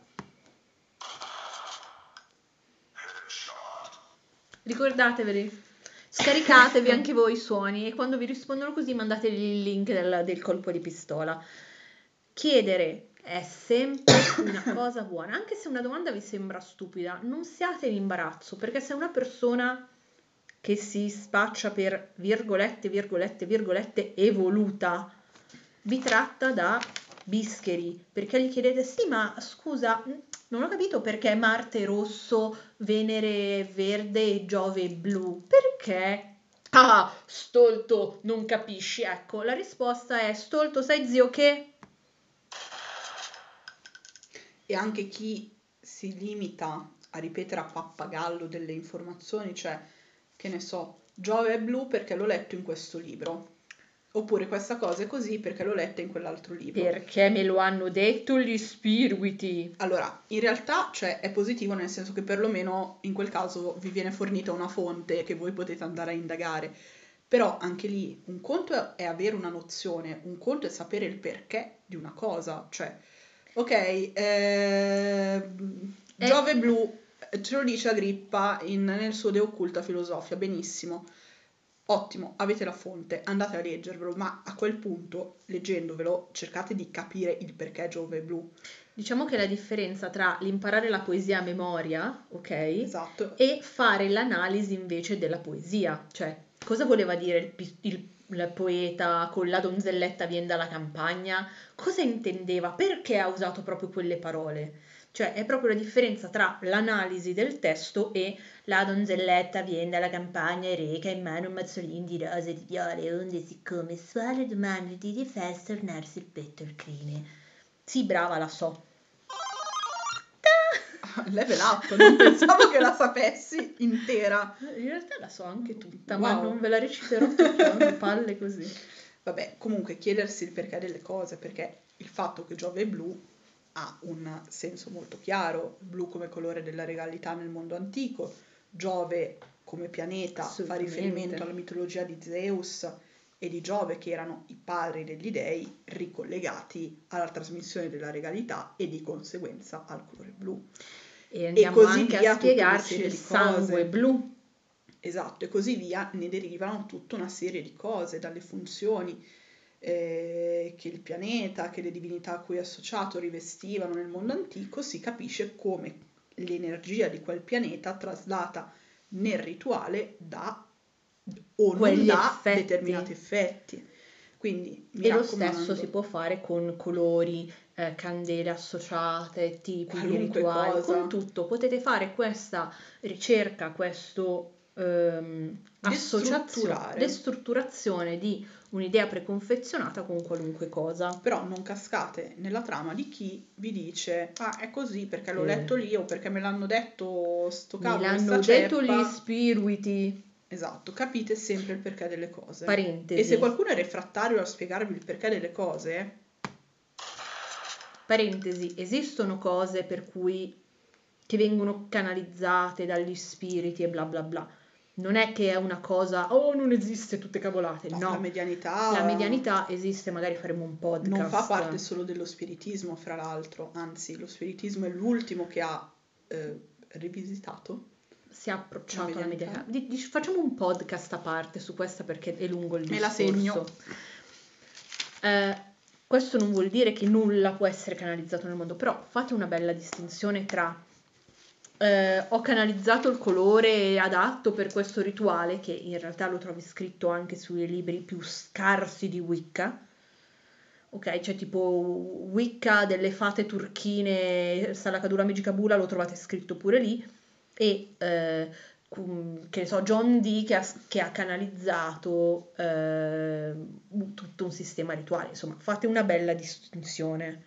Ricordateveli, scaricatevi anche voi i suoni e quando vi rispondono così mandategli il link del, del colpo di pistola. Chiedere è sempre una cosa buona, anche se una domanda vi sembra stupida, non siate in imbarazzo, perché se una persona che si spaccia per virgolette, virgolette, virgolette evoluta vi tratta da bischeri, perché gli chiedete sì, ma scusa, non ho capito perché Marte è rosso, Venere è verde e Giove è blu. Perché? Ah, stolto, non capisci. Ecco, la risposta è stolto, sai zio che? e anche chi si limita a ripetere a pappagallo delle informazioni, cioè, che ne so, Giove è blu perché l'ho letto in questo libro, oppure questa cosa è così perché l'ho letta in quell'altro libro. Perché me lo hanno detto gli spiriti. Allora, in realtà, cioè, è positivo nel senso che perlomeno in quel caso vi viene fornita una fonte che voi potete andare a indagare. Però anche lì un conto è avere una nozione, un conto è sapere il perché di una cosa. Cioè, ok, eh, Giove blu, ce lo dice Agrippa in- nel suo De Occulta Filosofia, benissimo. Ottimo, avete la fonte, andate a leggervelo, ma a quel punto, leggendovelo, cercate di capire il perché Giove è blu. Diciamo che la differenza tra l'imparare la poesia a memoria, ok? Esatto. E fare l'analisi invece della poesia. Cioè, cosa voleva dire il, pi- il- il poeta con la donzelletta vien dalla campagna? Cosa intendeva? Perché ha usato proprio quelle parole? Cioè, è proprio la differenza tra l'analisi del testo e la donzelletta vien dalla campagna e reca in mano un mazzolino di rose e di viole, onde siccome suole domani di festa tornarsi il petto il crine. Sì, brava, la so. Level up, non pensavo che la sapessi intera. In realtà la so anche tutta, Wow. ma non ve la reciterò perché ho le palle così. Vabbè, comunque chiedersi il perché delle cose, perché il fatto che Giove è blu ha un senso molto chiaro, blu come colore della regalità nel mondo antico, Giove come pianeta fa Assolutamente. riferimento alla mitologia di Zeus e di Giove che erano i padri degli dei ricollegati alla trasmissione della regalità e di conseguenza al colore blu. E andiamo così anche via, a tutta una spiegarci serie il di sangue cose. blu. Esatto, e così via, ne derivano tutta una serie di cose, dalle funzioni eh, che il pianeta, che le divinità a cui è associato rivestivano nel mondo antico, si capisce come l'energia di quel pianeta traslata nel rituale dà o Quegli non dà effetti. determinati effetti. Quindi mi E lo raccomando, stesso si può fare con colori, eh, candele associate, tipi di qualunque rituali, cosa. con tutto. Potete fare questa ricerca, questo ehm, associazione, Destrutturare. destrutturazione di un'idea preconfezionata con qualunque cosa. Però non cascate nella trama di chi vi dice ah è così perché l'ho Eh. letto lì o perché me l'hanno detto sto Me cavolo, l'hanno sta detto ceppa. gli spiriti. Esatto, capite sempre il perché delle cose. Parentesi. E se qualcuno è refrattario a spiegarvi il perché delle cose, Parentesi, esistono cose per cui che vengono canalizzate dagli spiriti e bla bla bla. Non è che è una cosa, oh, non esiste, tutte cavolate. no, No, la medianità la medianità esiste, magari faremo un podcast. non fa parte solo dello spiritismo, fra l'altro, anzi, lo spiritismo è l'ultimo che ha eh, rivisitato. Si è approcciato La alla medianità. medianità. Di- di- facciamo un podcast a parte su questa perché è lungo il Me la discorso. segno. Eh, questo non vuol dire che nulla può essere canalizzato nel mondo, però fate una bella distinzione tra eh, ho canalizzato il colore adatto per questo rituale, che in realtà lo trovi scritto anche sui libri più scarsi di Wicca. Ok, c'è tipo Wicca delle fate turchine, Salakadura Magica Bula, lo trovate scritto pure lì. E eh, cum- che ne so, John Dee che ha, che ha canalizzato eh, un- tutto un sistema rituale. Insomma, fate una bella distinzione.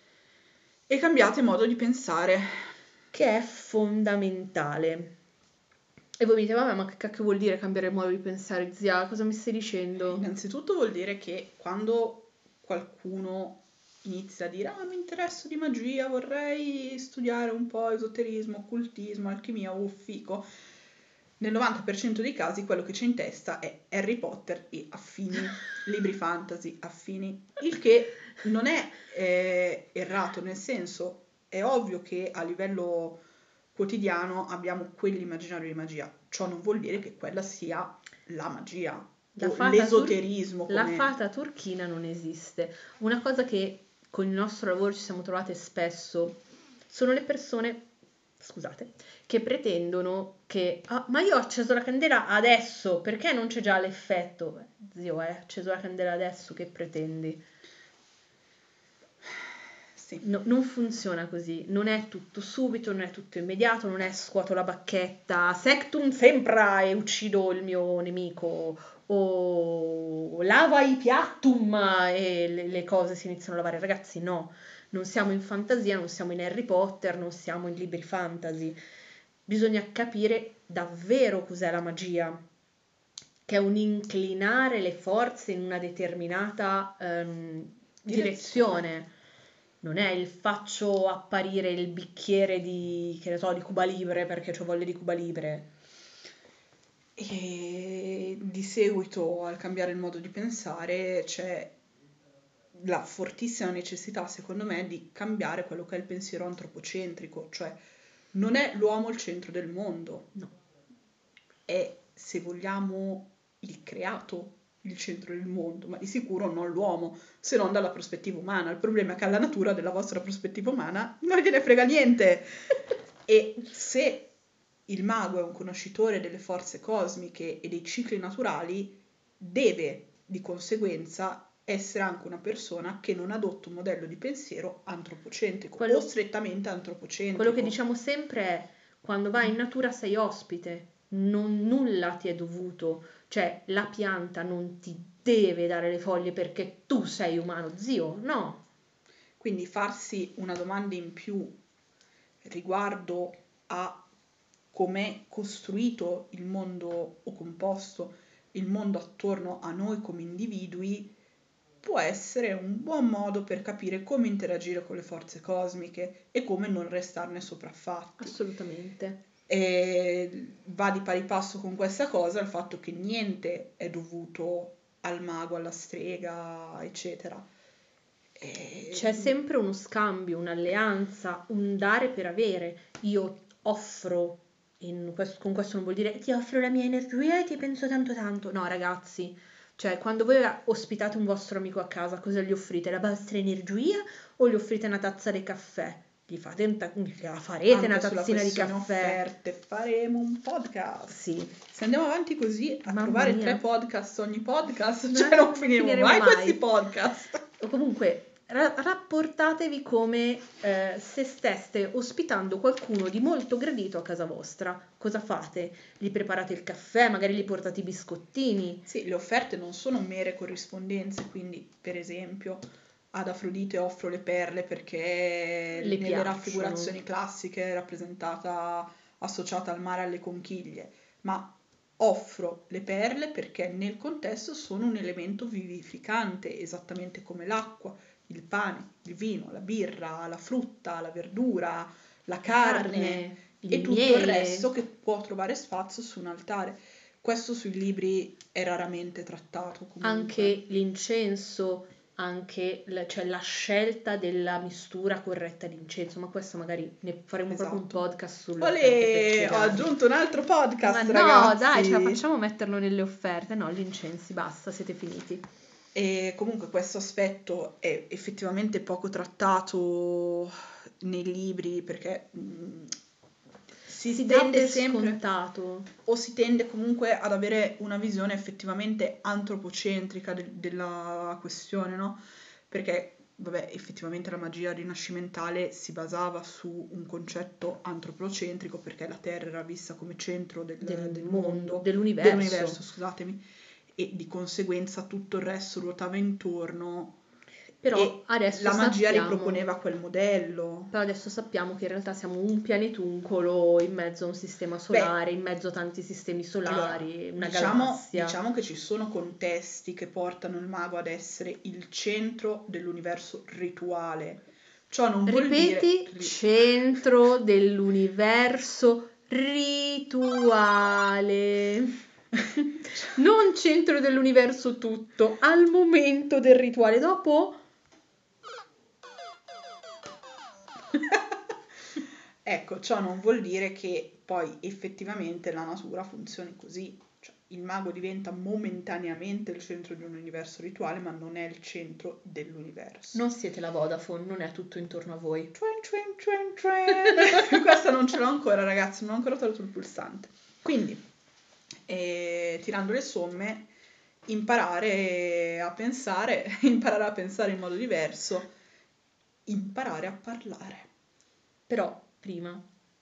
E cambiate modo di pensare. Che è fondamentale. E voi mi dite, vabbè, ma che cacchio vuol dire cambiare modo di pensare, zia? Cosa mi stai dicendo? Innanzitutto vuol dire che quando qualcuno inizia a dire ah mi interesso di magia, vorrei studiare un po' esoterismo, occultismo, alchimia o fico, nel novanta per cento dei casi quello che c'è in testa è Harry Potter e affini, libri fantasy affini, il che non è eh, errato, nel senso è ovvio che a livello quotidiano abbiamo quell'immaginario di magia, ciò non vuol dire che quella sia la magia. La o fata, l'esoterismo tur- la come fata turchina non esiste. Una cosa che con il nostro lavoro ci siamo trovate spesso sono le persone, scusate, che pretendono che "Ah, ma io ho acceso la candela adesso, perché non c'è già l'effetto?" Beh, zio, hai acceso la candela adesso, che pretendi? ragazzi. No, non funziona così, non è tutto subito, non è tutto immediato, non è scuoto la bacchetta, sectum sempra e uccido il mio nemico, o lava i piattum e le, le cose si iniziano a lavare. Ragazzi, no, non siamo in fantasia, non siamo in Harry Potter, non siamo in libri fantasy. Bisogna capire davvero cos'è la magia, che è un inclinare le forze in una determinata ehm, Direzione. direzione. Non è il faccio apparire il bicchiere di, che ne so, di Cuba Libre perché ho voglia di Cuba Libre. E di seguito al cambiare il modo di pensare c'è la fortissima necessità, secondo me, di cambiare quello che è il pensiero antropocentrico, cioè non è l'uomo il centro del mondo, No. è, se vogliamo, il creato il centro del mondo, ma di sicuro non l'uomo, se non dalla prospettiva umana. Il problema è che alla natura della vostra prospettiva umana non gliene frega niente. E se il mago è un conoscitore delle forze cosmiche e dei cicli naturali, deve di conseguenza essere anche una persona che non adotta un modello di pensiero antropocentrico Quello- o strettamente antropocentrico. Quello che diciamo sempre è, quando vai in natura sei ospite, non nulla ti è dovuto, cioè la pianta non ti deve dare le foglie perché tu sei umano, zio, no. Quindi farsi una domanda in più riguardo a com'è costruito il mondo o composto il mondo attorno a noi come individui può essere un buon modo per capire come interagire con le forze cosmiche e come non restarne sopraffatti. Assolutamente. E va di pari passo con questa cosa il fatto che niente è dovuto al mago, alla strega, eccetera. E... C'è sempre uno scambio, un'alleanza, un dare per avere. Io offro, in questo- con questo non vuol dire ti offro la mia energia e ti penso tanto tanto. No, ragazzi, cioè quando voi ospitate un vostro amico a casa, cosa gli offrite? La vostra energia o gli offrite una tazza di caffè? Gli fate un ta- gliela farete Anche una sulla tazzina di questione caffè? offerte faremo un podcast. Sì. Se andiamo avanti così a Mamma trovare mia. tre podcast ogni podcast, Non cioè non finiremo finiremo mai mai. questi podcast. O comunque ra- rapportatevi come eh, se steste ospitando qualcuno di molto gradito a casa vostra. Cosa fate? Gli preparate il caffè, magari gli portate i biscottini. Sì, le offerte non sono mere corrispondenze, quindi per esempio ad Afrodite offro le perle perché Le nelle piacciono. raffigurazioni classiche è rappresentata associata al mare e alle conchiglie, ma offro le perle perché nel contesto sono un elemento vivificante, esattamente come l'acqua, il pane, il vino, la birra, la frutta, la verdura, la carne, carne, il e tutto il miele. resto che può trovare spazio su un altare. Questo sui libri è raramente trattato comunque. Anche l'incenso, anche la, cioè la scelta della mistura corretta di incenso, ma questo magari ne faremo proprio un Esatto. podcast sulle Olè, offerte per ho spiegarvi. aggiunto un altro podcast, Ma no, ragazzi. dai, ce la facciamo metterlo nelle offerte. No, gli incensi, basta, siete finiti. E comunque questo aspetto è effettivamente poco trattato nei libri perché mh, si, Si dà tende per sempre scontato. o si tende comunque ad avere una visione effettivamente antropocentrica de- della questione, no? Perché, vabbè, effettivamente la magia rinascimentale si basava su un concetto antropocentrico perché la Terra era vista come centro del, Del del mondo, mondo, dell'universo. dell'universo, scusatemi, e di conseguenza tutto il resto ruotava intorno Però e adesso la magia sappiamo, riproponeva quel modello. però adesso sappiamo che in realtà siamo un pianetuncolo in mezzo a un sistema solare, in mezzo a tanti sistemi solari, Allora, una diciamo, galassia. diciamo che ci sono contesti che portano il mago ad essere il centro dell'universo rituale. Ciò non vuol Ripeti, dire... ri- centro dell'universo rituale. Non centro dell'universo tutto, al momento del rituale. Dopo Ecco, ciò non vuol dire che poi effettivamente la natura funzioni così. Cioè, il mago diventa momentaneamente il centro di un universo rituale, ma non è il centro dell'universo. non siete la Vodafone, non è tutto intorno a voi. Tren, tren, tren, tren. Questa non ce l'ho ancora, ragazzi, non ho ancora tolto il pulsante. Quindi, eh, tirando le somme, imparare a pensare, imparare a pensare in modo diverso imparare a parlare. Però prima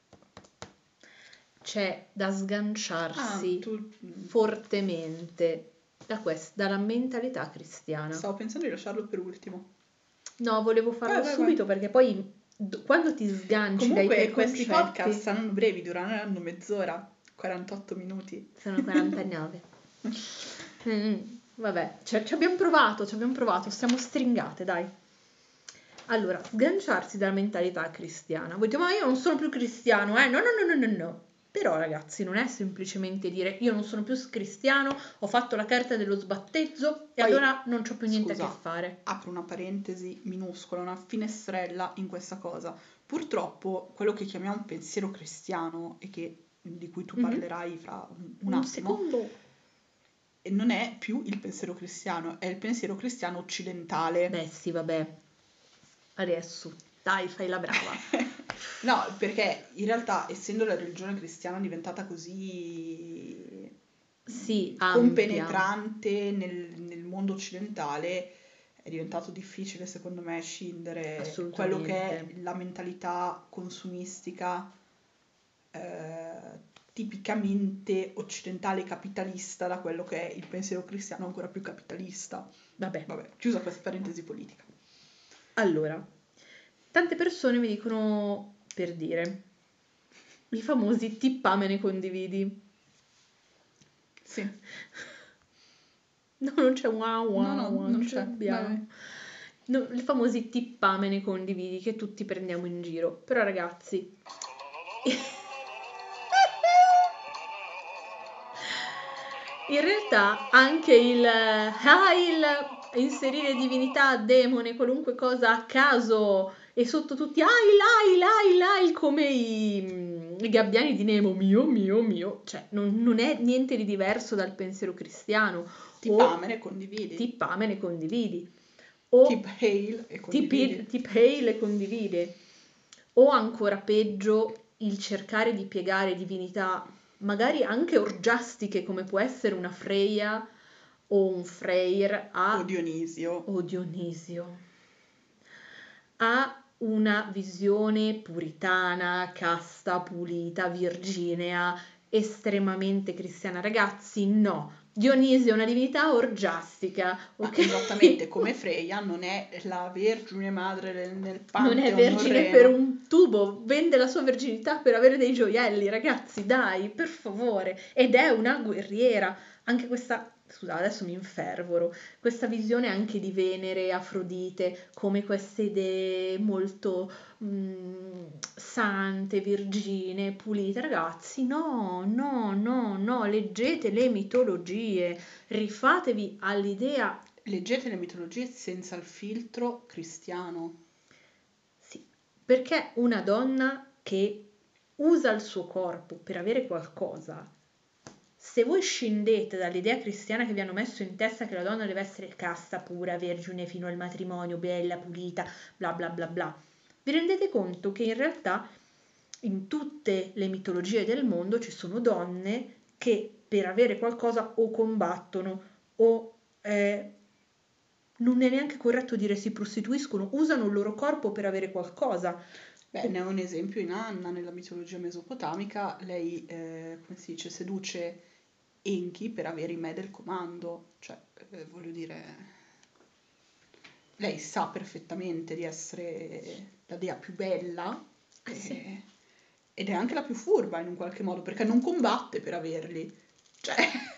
c'è da sganciarsi Ah, tu... fortemente da quest- dalla mentalità cristiana. Stavo pensando di lasciarlo per ultimo. No, volevo farlo Vai, vai, subito perché poi d- quando ti sganci dai Comunque questi preconcetti podcast saranno brevi, dureranno mezz'ora, quarantotto minuti. sono quarantanove. Mm, vabbè, ci ci abbiamo provato, ci abbiamo provato, siamo stringate, dai. Allora, sganciarsi dalla mentalità cristiana. Voi dite, ma io non sono più cristiano, eh? No, no, no, no, no, no. Però, ragazzi, non è semplicemente dire io non sono più cristiano, ho fatto la carta dello sbattezzo e Poi, allora non c'ho più niente scusa, a che fare. Apro una parentesi minuscola, una finestrella in questa cosa. Purtroppo quello che chiamiamo pensiero cristiano e che, di cui tu Mhm. parlerai fra un, un Un attimo, secondo. e non è più il pensiero cristiano, è il pensiero cristiano occidentale. Beh, sì, vabbè. Adesso, dai, fai la brava. No, perché in realtà, essendo la religione cristiana diventata così Sì, mh, ampia. compenetrante nel, nel mondo occidentale, è diventato difficile, secondo me, scindere quello che è Assolutamente. la mentalità consumistica eh, tipicamente occidentale capitalista da quello che è il pensiero cristiano ancora più capitalista. Vabbè. Vabbè, chiusa questa parentesi politica. Allora, tante persone mi dicono, per dire, i famosi tippamene condividi. Sì. No, non c'è wow wow, No, no, wow, non ce c'è. l'abbiamo. Vai, vai. No, i famosi tippamene condividi che tutti prendiamo in giro. Però ragazzi, in realtà anche il, ah, il inserire divinità, demone, qualunque cosa a caso e sotto tutti ai lai lai lai come i, i gabbiani di Nemo, mio mio mio, cioè non, non è niente di diverso dal pensiero cristiano. Tippamene, condividi. Tippamene condividi. O Tip hail e condividi. tip hail e condivide. O ancora peggio, il cercare di piegare divinità magari anche orgiastiche come può essere una Freya o un Freyr a O Dionisio. o Dionisio ha una visione puritana, casta, pulita, virginea, estremamente cristiana. Ragazzi, no. Dionisio è una divinità orgiastica, Ma ok? esattamente come Freya non è la vergine madre nel, nel Non è pantheon vergine per norreno. un tubo, vende la sua verginità per avere dei gioielli, ragazzi, dai, per favore. Ed è una guerriera. Anche questa, scusa, adesso mi infervoro, questa visione anche di Venere, Afrodite, come queste idee molto mm, sante, virgine, pulite. Ragazzi, no, no, no, no, leggete le mitologie, rifatevi all'idea. Leggete le mitologie senza il filtro cristiano. Sì, perché una donna che usa il suo corpo per avere qualcosa, se voi scendete dall'idea cristiana che vi hanno messo in testa che la donna deve essere casta, pura, vergine fino al matrimonio, bella, pulita, bla bla bla bla, vi rendete conto che in realtà in tutte le mitologie del mondo ci sono donne che per avere qualcosa o combattono o eh, non è neanche corretto dire si prostituiscono, usano il loro corpo per avere qualcosa. Beh, ne ho un esempio in Anna, nella mitologia mesopotamica, lei, eh, come si dice, seduce Enki per avere i me del comando, cioè, eh, voglio dire, lei sa perfettamente di essere la dea più bella Eh e- sì. ed è anche la più furba in un qualche modo, perché non combatte per averli. Cioè,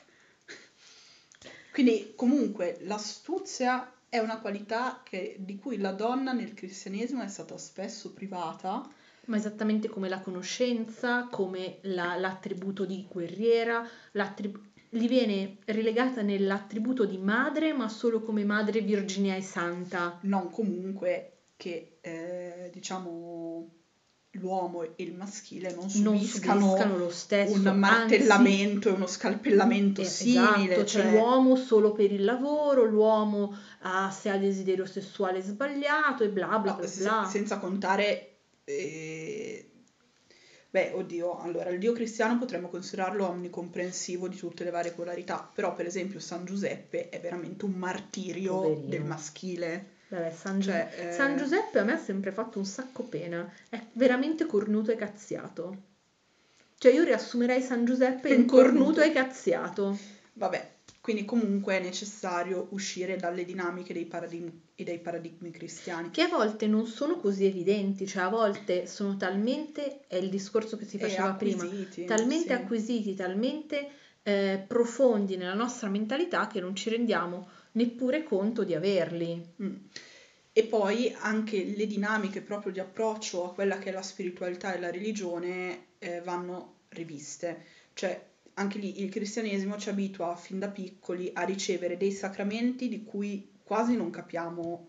quindi comunque l'astuzia è una qualità che- di cui la donna nel cristianesimo è stata spesso privata. Ma esattamente come la conoscenza, come la- l'attributo di guerriera, l'attrib- gli viene relegata nell'attributo di madre, ma solo come madre virginea e santa. Non comunque che eh, diciamo l'uomo e il maschile non Non subiscano subiscano lo stesso, un anzi, martellamento e uno scalpellamento eh, simile, esatto, cioè cioè l'uomo solo per il lavoro, l'uomo ah, se ha desiderio sessuale sbagliato e bla bla no, bla se- bla. senza contare eh, beh, oddio, allora il dio cristiano potremmo considerarlo omnicomprensivo di tutte le varie polarità, però per esempio San Giuseppe è veramente un martirio del Poverino. maschile. Vabbè, San, Giu- Cioè, eh, San Giuseppe a me ha sempre fatto un sacco pena, è veramente cornuto e cazziato. Cioè io riassumerei San Giuseppe in In cornuto. cornuto e cazziato. Vabbè, quindi comunque è necessario uscire dalle dinamiche dei paradigmi e dai paradigmi cristiani. Che a volte non sono così evidenti, cioè a volte sono talmente, è il discorso che si E faceva prima, acquisiti, talmente sì. acquisiti, talmente eh, profondi nella nostra mentalità che non ci rendiamo neppure conto di averli. Mm. E poi anche le dinamiche proprio di approccio a quella che è la spiritualità e la religione eh, vanno riviste. Cioè, anche lì il cristianesimo ci abitua fin da piccoli a ricevere dei sacramenti di cui quasi non capiamo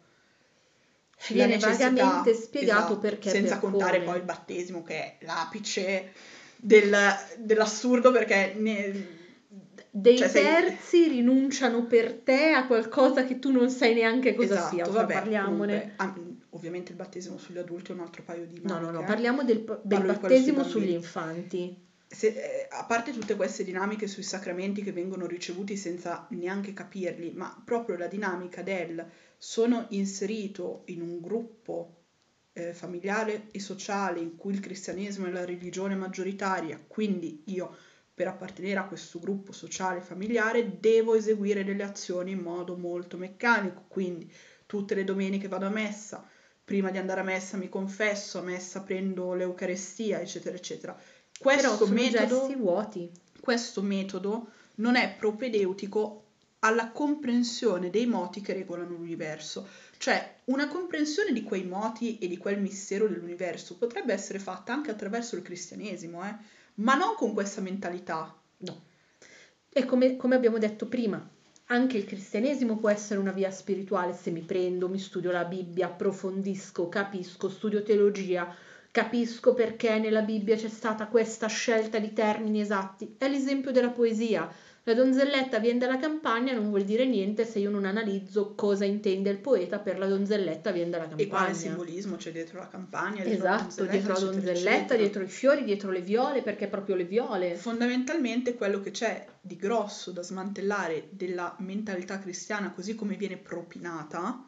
Ci la viene necessità, vagamente spiegato esatto, perché senza per contare come. poi il battesimo che è l'apice del- dell'assurdo perché ne- Dei cioè sei- terzi rinunciano per te a qualcosa che tu non sai neanche cosa esatto, sia, vabbè, parliamone. comunque, ah, ovviamente il battesimo sugli adulti è un altro paio di No, maniche. no, no, eh. parliamo del, del Parlo di quello sui battesimo bambini. sugli infanti. Se- eh, a parte tutte queste dinamiche sui sacramenti che vengono ricevuti senza neanche capirli, ma proprio la dinamica del sono inserito in un gruppo eh, familiare e sociale in cui il cristianesimo è la religione maggioritaria, quindi io per appartenere a questo gruppo sociale e familiare devo eseguire delle azioni in modo molto meccanico, quindi tutte le domeniche vado a messa, prima di andare a messa mi confesso, a messa prendo l'Eucarestia, eccetera, eccetera. Però Questo sono metodo, gesti vuoti. questo metodo non è propedeutico alla comprensione dei moti che regolano l'universo. Cioè, una comprensione di quei moti e di quel mistero dell'universo potrebbe essere fatta anche attraverso il cristianesimo, eh? Ma non con questa mentalità. No. E come, come abbiamo detto prima, anche il cristianesimo può essere una via spirituale se mi prendo, mi studio la Bibbia, approfondisco, capisco, studio teologia, capisco perché nella Bibbia c'è stata questa scelta di termini esatti. È l'esempio della poesia. La donzelletta viene dalla campagna non vuol dire niente se io non analizzo cosa intende il poeta per la donzelletta viene dalla E quale campagna. simbolismo c'è dietro la campagna, dietro la Esatto, donzelletta, dietro la eccetera, donzelletta, eccetera. dietro i fiori, dietro le viole, perché proprio le viole. Fondamentalmente quello che c'è di grosso da smantellare della mentalità cristiana così come viene propinata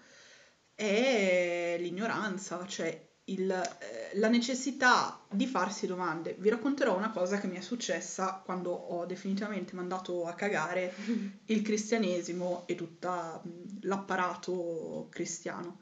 è l'ignoranza, cioè il, eh, la necessità di farsi domande. Vi racconterò una cosa che mi è successa quando ho definitivamente mandato a cagare il cristianesimo e tutto l'apparato cristiano.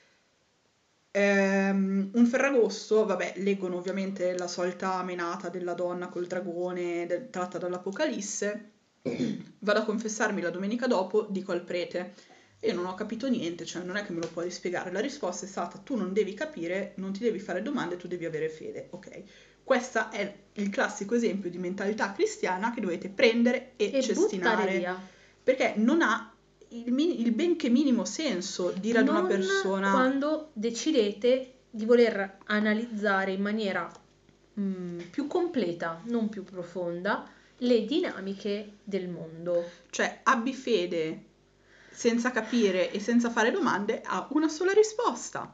Ehm, un Ferragosto, vabbè, leggono ovviamente la solita menata della donna col dragone del- tratta dall'Apocalisse. Vado a confessarmi la domenica dopo, dico al prete, io non ho capito niente, cioè non è che me lo puoi spiegare. La risposta è stata, tu non devi capire, non ti devi fare domande, tu devi avere fede. Ok, questo è il classico esempio di mentalità cristiana che dovete prendere e, E buttare cestinare, via. perché non ha il, mi- il benché minimo senso dire ad una Non persona... quando decidete di voler analizzare in maniera mm, più completa, non più profonda, le dinamiche del mondo. Cioè, abbi fede senza capire e senza fare domande ha una sola risposta.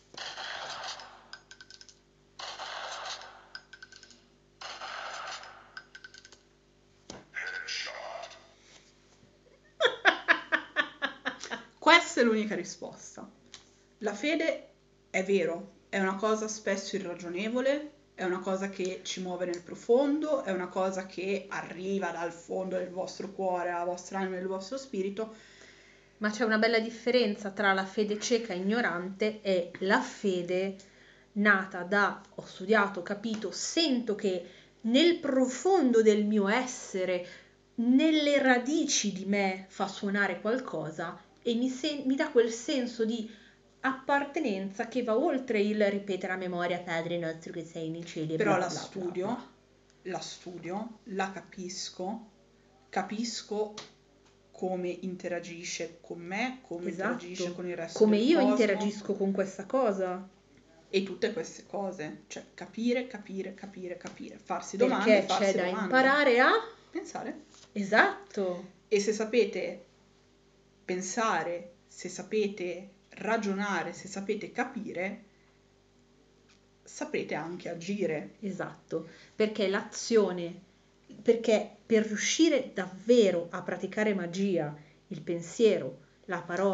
Questa è l'unica risposta. La fede è vero, è una cosa spesso irragionevole, è una cosa che ci muove nel profondo, è una cosa che arriva dal fondo del vostro cuore, alla vostra anima e al vostro spirito. Ma c'è una bella differenza tra la fede cieca e ignorante e la fede nata da ho studiato, ho capito, sento che nel profondo del mio essere, nelle radici di me fa suonare qualcosa e mi, sen- mi dà quel senso di appartenenza che va oltre il ripetere a memoria Padre nostro che sei nei cieli e Però bla la bla bla studio, bla. la studio, la capisco, capisco come interagisce con me, come interagisce Esatto, con il resto come del io cosmo interagisco con questa cosa. e tutte queste cose. Cioè, capire, capire, capire, capire, farsi domande, Perché c'è farsi da domande. imparare a... Pensare. Esatto, E se sapete pensare, se sapete ragionare, se sapete capire, saprete anche agire. esatto, perché l'azione, perché per riuscire davvero a praticare magia, il pensiero, la parola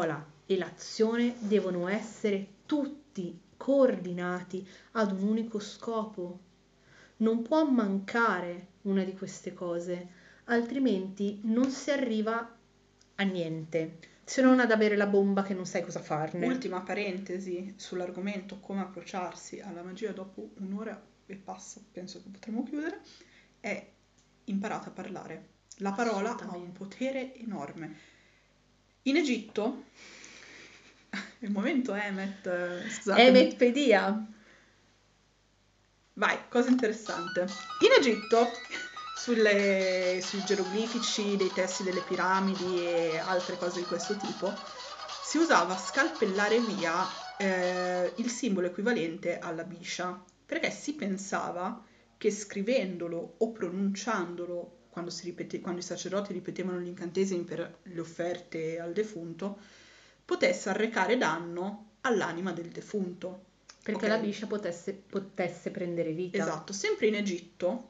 e l'azione devono essere tutti coordinati ad un unico scopo. Non può mancare una di queste cose, altrimenti non si arriva a niente, se non ad avere la bomba che non sai cosa farne. Ultima parentesi sull'argomento come approcciarsi alla magia dopo un'ora e passa, penso che potremo chiudere, è imparate a parlare. La parola ha un Assolutamente. potere enorme. In Egitto, il momento Emmet, eh, scusate, Emetpedia. vai, cosa interessante. In Egitto, sulle- sui geroglifici dei testi delle piramidi e altre cose di questo tipo, si usava scalpellare via eh, il simbolo equivalente alla biscia, perché si pensava che scrivendolo o pronunciandolo, quando, si ripete- quando i sacerdoti ripetevano gli incantesimi per le offerte al defunto, potesse arrecare danno all'anima del defunto. Perché Ok? la biscia potesse, potesse prendere vita. Esatto, sempre in Egitto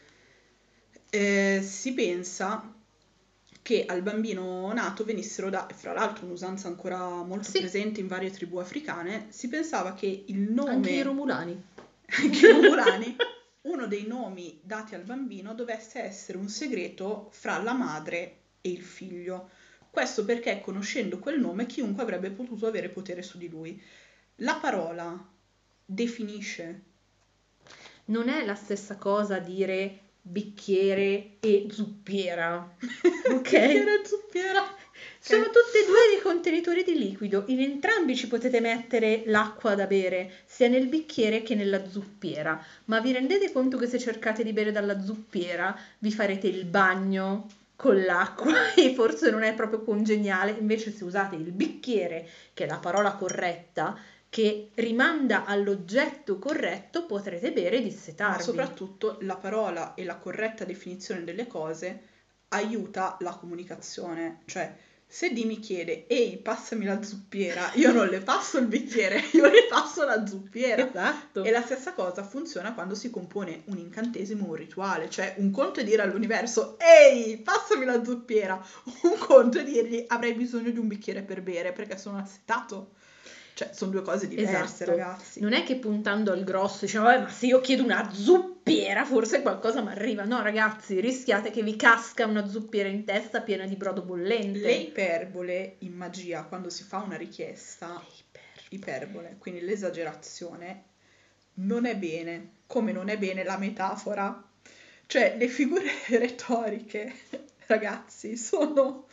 eh, si pensa che al bambino nato venissero da, e fra l'altro un'usanza ancora molto Sì. presente in varie tribù africane, si pensava che il nome... Anche i Romulani. anche i Romulani, uno dei nomi dati al bambino dovesse essere un segreto fra la madre e il figlio. Questo perché, conoscendo quel nome, chiunque avrebbe potuto avere potere su di lui. La parola definisce. Non è la stessa cosa dire bicchiere e zuppiera, ok? Bicchiere e zuppiera. Sono Ok. tutti e due dei contenitori di liquido, in entrambi ci potete mettere l'acqua da bere, sia nel bicchiere che nella zuppiera, ma vi rendete conto che se cercate di bere dalla zuppiera vi farete il bagno con l'acqua e forse non è proprio congeniale, invece se usate il bicchiere, che è la parola corretta, che rimanda all'oggetto corretto, potrete bere e Ma dissetarvi. soprattutto la parola e la corretta definizione delle cose aiuta la comunicazione. Cioè, se Dì mi chiede, ehi, passami la zuppiera, io non le passo il bicchiere, io le passo la zuppiera. Esatto. E la stessa cosa funziona quando si compone un incantesimo o un rituale. Cioè, un conto è dire all'universo, ehi, passami la zuppiera. Un conto è dirgli, avrei bisogno di un bicchiere per bere perché sono assetato. Cioè, sono due cose diverse, Esatto. ragazzi. Non è che puntando al grosso diciamo, "Eh, ma se io chiedo una zuppiera forse qualcosa mi arriva. No, ragazzi, rischiate che vi casca una zuppiera in testa piena di brodo bollente. Le iperbole in magia, quando si fa una richiesta, iperbole, quindi l'esagerazione, non è bene, come non è bene la metafora. Cioè, le figure retoriche, ragazzi, sono...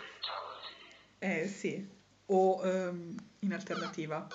Eh sì, o ehm, in alternativa.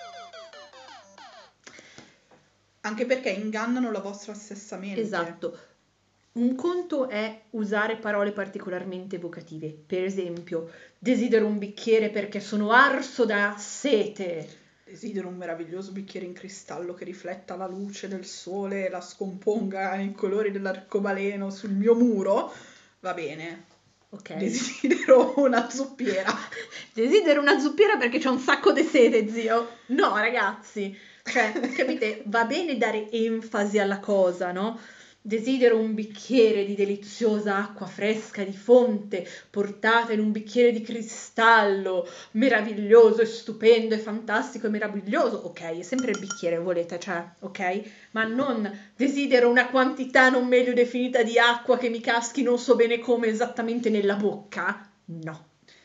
Anche perché ingannano la vostra stessa mente. Esatto. Un conto è usare parole particolarmente evocative. Per esempio, desidero un bicchiere perché sono arso da sete. Desidero un meraviglioso bicchiere in cristallo che rifletta la luce del sole e la scomponga nei colori dell'arcobaleno sul mio muro. Va bene. Ok. Desidero una zuppiera. Desidero una zuppiera perché c'ho un sacco di sete, zio. No, ragazzi. Cioè, capite, va bene dare enfasi alla cosa, no? Desidero un bicchiere di deliziosa acqua fresca di fonte, portata in un bicchiere di cristallo, meraviglioso e stupendo e fantastico e meraviglioso. Ok, è sempre il bicchiere, volete, cioè, ok? Ma non desidero una quantità non meglio definita di acqua che mi caschi non so bene come esattamente nella bocca. No.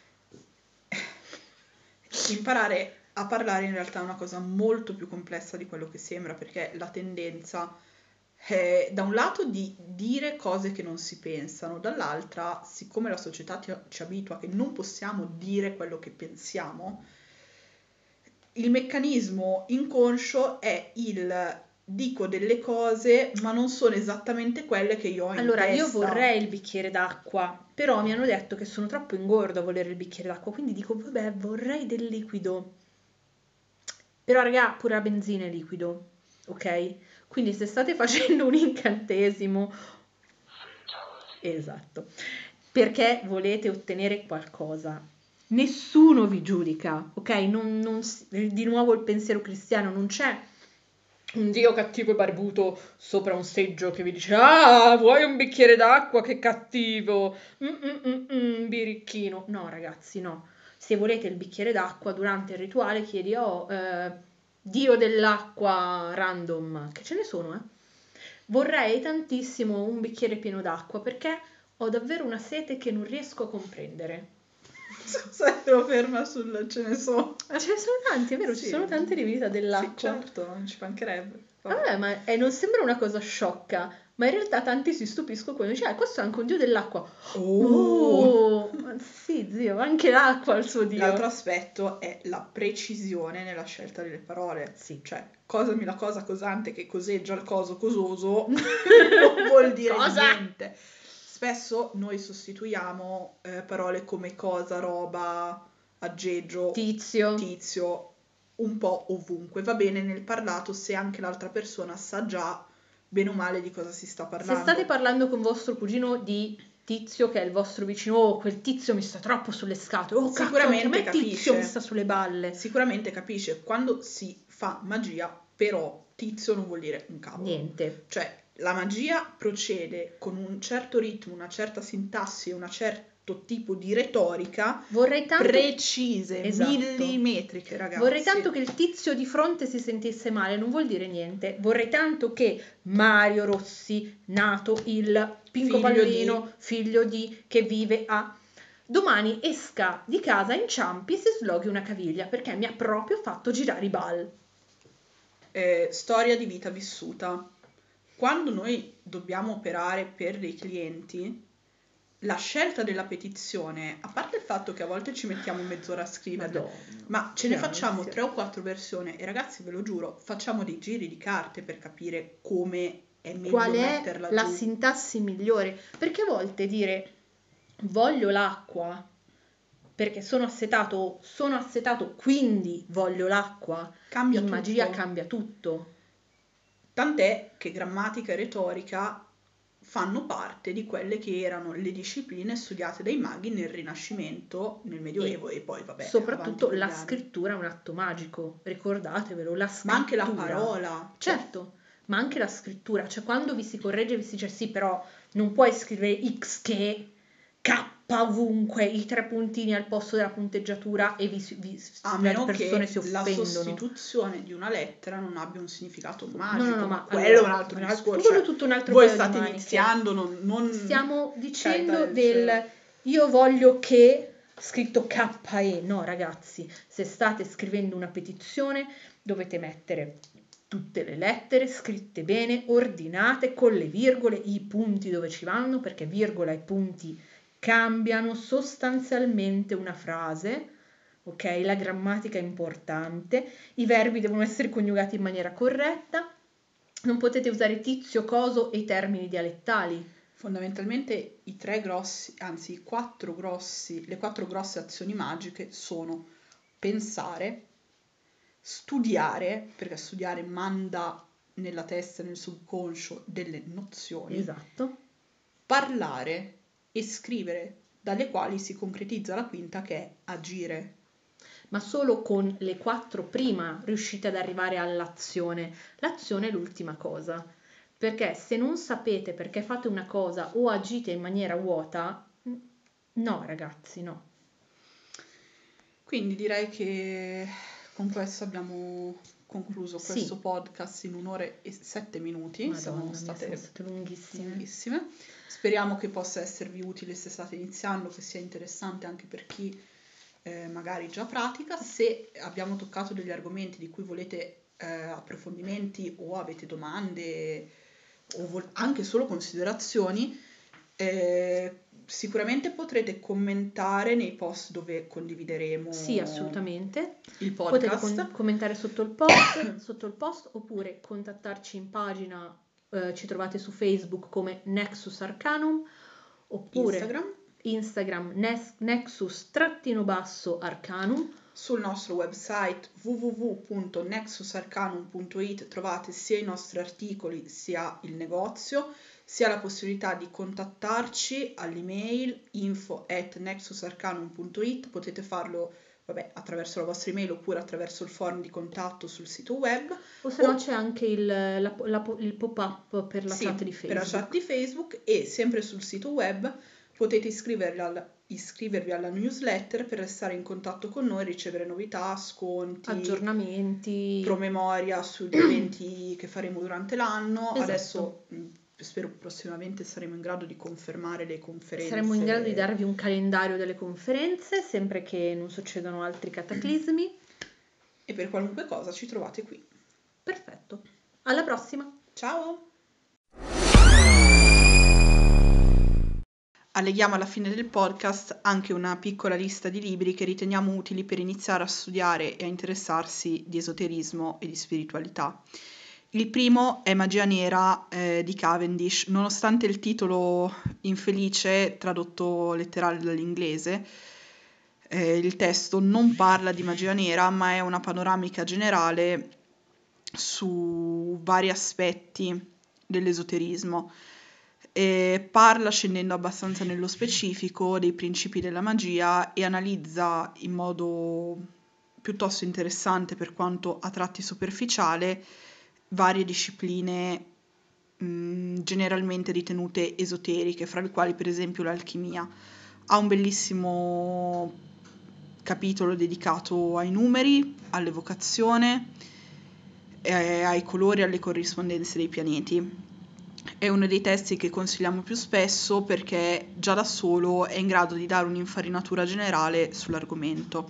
Imparare a parlare in realtà è una cosa molto più complessa di quello che sembra, perché la tendenza è da un lato di dire cose che non si pensano, dall'altra, siccome la società ti- ci abitua che non possiamo dire quello che pensiamo, il meccanismo inconscio è il dico delle cose, ma non sono esattamente quelle che io ho in Allora, io testa. vorrei il bicchiere d'acqua, però mi hanno detto che sono troppo ingordo a volere il bicchiere d'acqua, quindi dico, vabbè, vorrei del liquido. Però, raga, pure la benzina è liquido, ok? Quindi se state facendo un incantesimo, esatto, perché volete ottenere qualcosa, nessuno vi giudica, ok? Non, non s- di nuovo il pensiero cristiano, non c'è un dio cattivo e barbuto sopra un seggio che vi dice ah, vuoi un bicchiere d'acqua? Che cattivo! Mm, mm, mm, mm, birichino. No, ragazzi, no. Se volete il bicchiere d'acqua durante il rituale chiedi oh eh, dio dell'acqua random, che ce ne sono, eh? Vorrei tantissimo un bicchiere pieno d'acqua perché ho davvero una sete che non riesco a comprendere. Scusa, ero ferma sul ce ne sono. Ce ne sono tanti, è vero, Sì. ci sono tante divinità dell'acqua. Sì, certo, non ci mancherebbe. Vabbè. Vabbè, ma eh, non sembra una cosa sciocca, ma in realtà tanti si stupiscono quando dice, ah, questo è anche un dio dell'acqua. Oh! Oh, ma sì, zio, anche l'acqua ha il suo dio. L'altro aspetto è la precisione nella scelta delle parole. Sì. Cioè, cosami la cosa cosante che coseggia il coso cososo non vuol dire Cosa? niente. Spesso noi sostituiamo eh, parole come cosa, roba, aggeggio, Tizio. tizio, un po' ovunque. Va bene nel parlato se anche l'altra persona sa già bene o male di cosa si sta parlando. Se state parlando con vostro cugino di tizio, che è il vostro vicino, oh, quel tizio mi sta troppo sulle scatole, oh, Sicuramente cacchio, anche a me tizio capisce. mi sta sulle balle. Sicuramente capisce quando si fa magia, però tizio non vuol dire un cavolo. Niente. Cioè, la magia procede con un certo ritmo, una certa sintassi e un certo tipo di retorica Vorrei tanto... precise, Esatto. millimetriche, ragazzi. Vorrei tanto che il tizio di fronte si sentisse male, non vuol dire niente. Vorrei tanto che Mario Rossi, nato il Pinco Figlio Pallino, di- figlio di, che vive a... domani esca di casa, inciampi e si sloghi una caviglia, perché mi ha proprio fatto girare i ball. eh, storia di vita vissuta. Quando noi dobbiamo operare per dei clienti, la scelta della petizione, a parte il fatto che a volte ci mettiamo mezz'ora a scriverla, Madonna, ma ce che ne facciamo ansia. tre o quattro versioni e ragazzi ve lo giuro, facciamo dei giri di carte per capire come è meglio Qual è metterla la giù. sintassi migliore? Perché a volte dire voglio l'acqua perché sono assetato, sono assetato, quindi voglio l'acqua, Cambia in tutto. magia cambia tutto. Tant'è che grammatica e retorica fanno parte di quelle che erano le discipline studiate dai maghi nel Rinascimento, nel Medioevo e, poi vabbè. Soprattutto avanti con la gli anni. scrittura è un atto magico, ricordatevelo, la scrittura. Ma anche la parola. Certo, ma anche la scrittura, cioè quando vi si corregge vi si dice sì, però non puoi scrivere X che K ovunque, i tre puntini al posto della punteggiatura e vi, vi, A le meno persone che si la offendono. sostituzione di una lettera non abbia un significato No, magico, no, no, ma ma quello allora, è un altro un altro- discorso. quello è cioè, tutto un altro voi paio di state maniche. iniziando, non, non Stiamo dicendo carità del del cielo. io voglio che scritto K E. No, ragazzi, se state scrivendo una petizione dovete mettere tutte le lettere scritte bene, ordinate con le virgole, i punti dove ci vanno, perché virgola e punti cambiano sostanzialmente una frase. Ok, la grammatica è importante, i verbi devono essere coniugati in maniera corretta, non potete usare tizio, coso e i termini dialettali. Fondamentalmente i tre grossi, anzi i quattro grossi, le quattro grosse azioni magiche sono pensare, studiare, perché studiare manda nella testa e nel subconscio delle nozioni, Esatto. parlare e scrivere, dalle quali si concretizza la quinta che è agire. Ma solo con le quattro prima riuscite ad arrivare all'azione. L'azione è l'ultima cosa. Perché se non sapete perché fate una cosa o agite in maniera vuota, no ragazzi, no. Quindi direi che con questo abbiamo concluso Sì. questo podcast in un'ora e sette minuti. Madonna Siamo mia, state sono state lunghissime. lunghissime. Speriamo che possa esservi utile se state iniziando, che sia interessante anche per chi eh, magari già pratica. Se abbiamo toccato degli argomenti di cui volete eh, approfondimenti o avete domande o vol- anche solo considerazioni, eh, sicuramente potrete commentare nei post dove condivideremo Sì, assolutamente. il Potete podcast. con- commentare sotto il post, sotto il post oppure contattarci in pagina, eh, ci trovate su Facebook come Nexus Arcanum oppure Instagram, Instagram nes- Nexus-Arcanum. sul nostro website w w w punto nexus arcanum punto i t trovate sia i nostri articoli sia il negozio, sia la possibilità di contattarci all'email info at nexus arcanum punto i t. Potete farlo vabbè, attraverso la vostra email oppure attraverso il form di contatto sul sito web. O se no O- c'è anche il, la- la- il pop-up per la Sì, chat di per la Facebook. chat di Facebook, e sempre sul sito web Potete iscrivervi, al, iscrivervi alla newsletter per restare in contatto con noi, ricevere novità, sconti, aggiornamenti, promemoria sugli eventi che faremo durante l'anno. Esatto. Adesso mh, spero prossimamente saremo in grado di confermare le conferenze. Saremo in grado di darvi un calendario delle conferenze, sempre che non succedano altri cataclismi. E per qualunque cosa ci trovate qui. Perfetto. Alla prossima. Ciao! Alleghiamo alla fine del podcast anche una piccola lista di libri che riteniamo utili per iniziare a studiare e a interessarsi di esoterismo e di spiritualità. Il primo è Magia Nera eh, di Cavendish. Nonostante il titolo infelice, tradotto letterale dall'inglese, eh, il testo non parla di magia nera, ma è una panoramica generale su vari aspetti dell'esoterismo. E parla scendendo abbastanza nello specifico dei principi della magia e analizza in modo piuttosto interessante, per quanto a tratti superficiale, varie discipline mh, generalmente ritenute esoteriche, fra le quali per esempio l'alchimia. Ha un bellissimo capitolo dedicato ai numeri, all'evocazione, eh, ai colori e alle corrispondenze dei pianeti. È uno dei testi che consigliamo più spesso perché già da solo è in grado di dare un'infarinatura generale sull'argomento.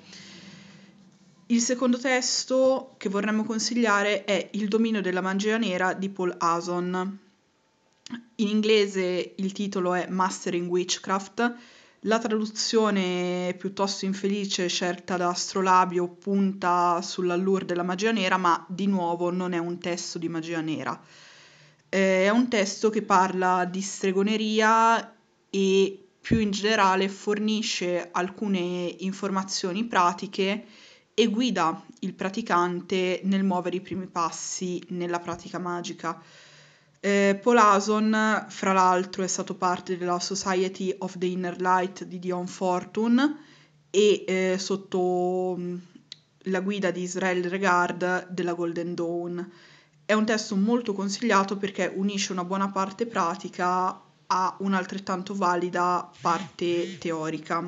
Il secondo testo che vorremmo consigliare è Il dominio della magia nera di Paul Ason. In inglese il titolo è Mastering Witchcraft. La traduzione piuttosto infelice scelta da Astrolabio punta sull'allure della magia nera, ma di nuovo non è un testo di magia nera. È un testo che parla di stregoneria e più in generale fornisce alcune informazioni pratiche e guida il praticante nel muovere i primi passi nella pratica magica. Eh, Paul Ason, fra l'altro, è stato parte della Society of the Inner Light di Dion Fortune e eh, sotto mh, la guida di Israel Regard della Golden Dawn. È un testo molto consigliato perché unisce una buona parte pratica a un'altrettanto valida parte teorica.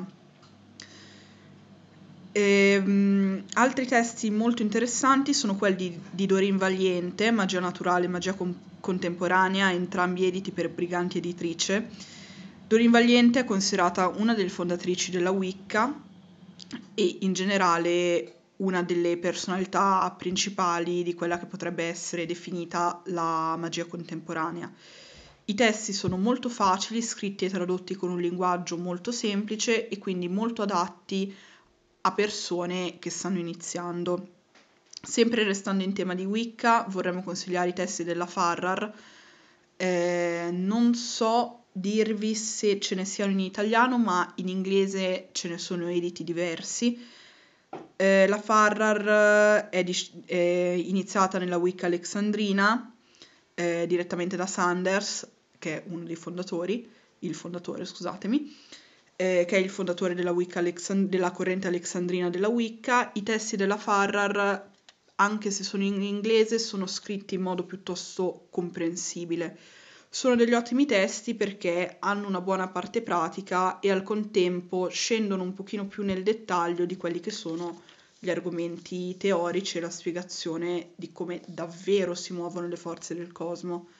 Ehm, altri testi molto interessanti sono quelli di, di Doreen Valiente, Magia naturale e magia con- contemporanea, entrambi editi per Briganti Editrice. Doreen Valiente è considerata una delle fondatrici della Wicca e in generale una delle personalità principali di quella che potrebbe essere definita la magia contemporanea. I testi sono molto facili, scritti e tradotti con un linguaggio molto semplice e quindi molto adatti a persone che stanno iniziando. Sempre restando in tema di Wicca, vorremmo consigliare i testi della Farrar. Eh, non so dirvi se ce ne siano in italiano, ma in inglese ce ne sono editi diversi. Eh, la Farrar è, di- è iniziata nella Wicca alexandrina, eh, direttamente da Sanders, che è uno dei fondatori, il fondatore, scusatemi, eh, che è il fondatore della, Wicca Alexand- della corrente alexandrina della Wicca. I testi della Farrar, anche se sono in inglese, sono scritti in modo piuttosto comprensibile. Sono degli ottimi testi perché hanno una buona parte pratica e al contempo scendono un pochino più nel dettaglio di quelli che sono gli argomenti teorici e la spiegazione di come davvero si muovono le forze del cosmo.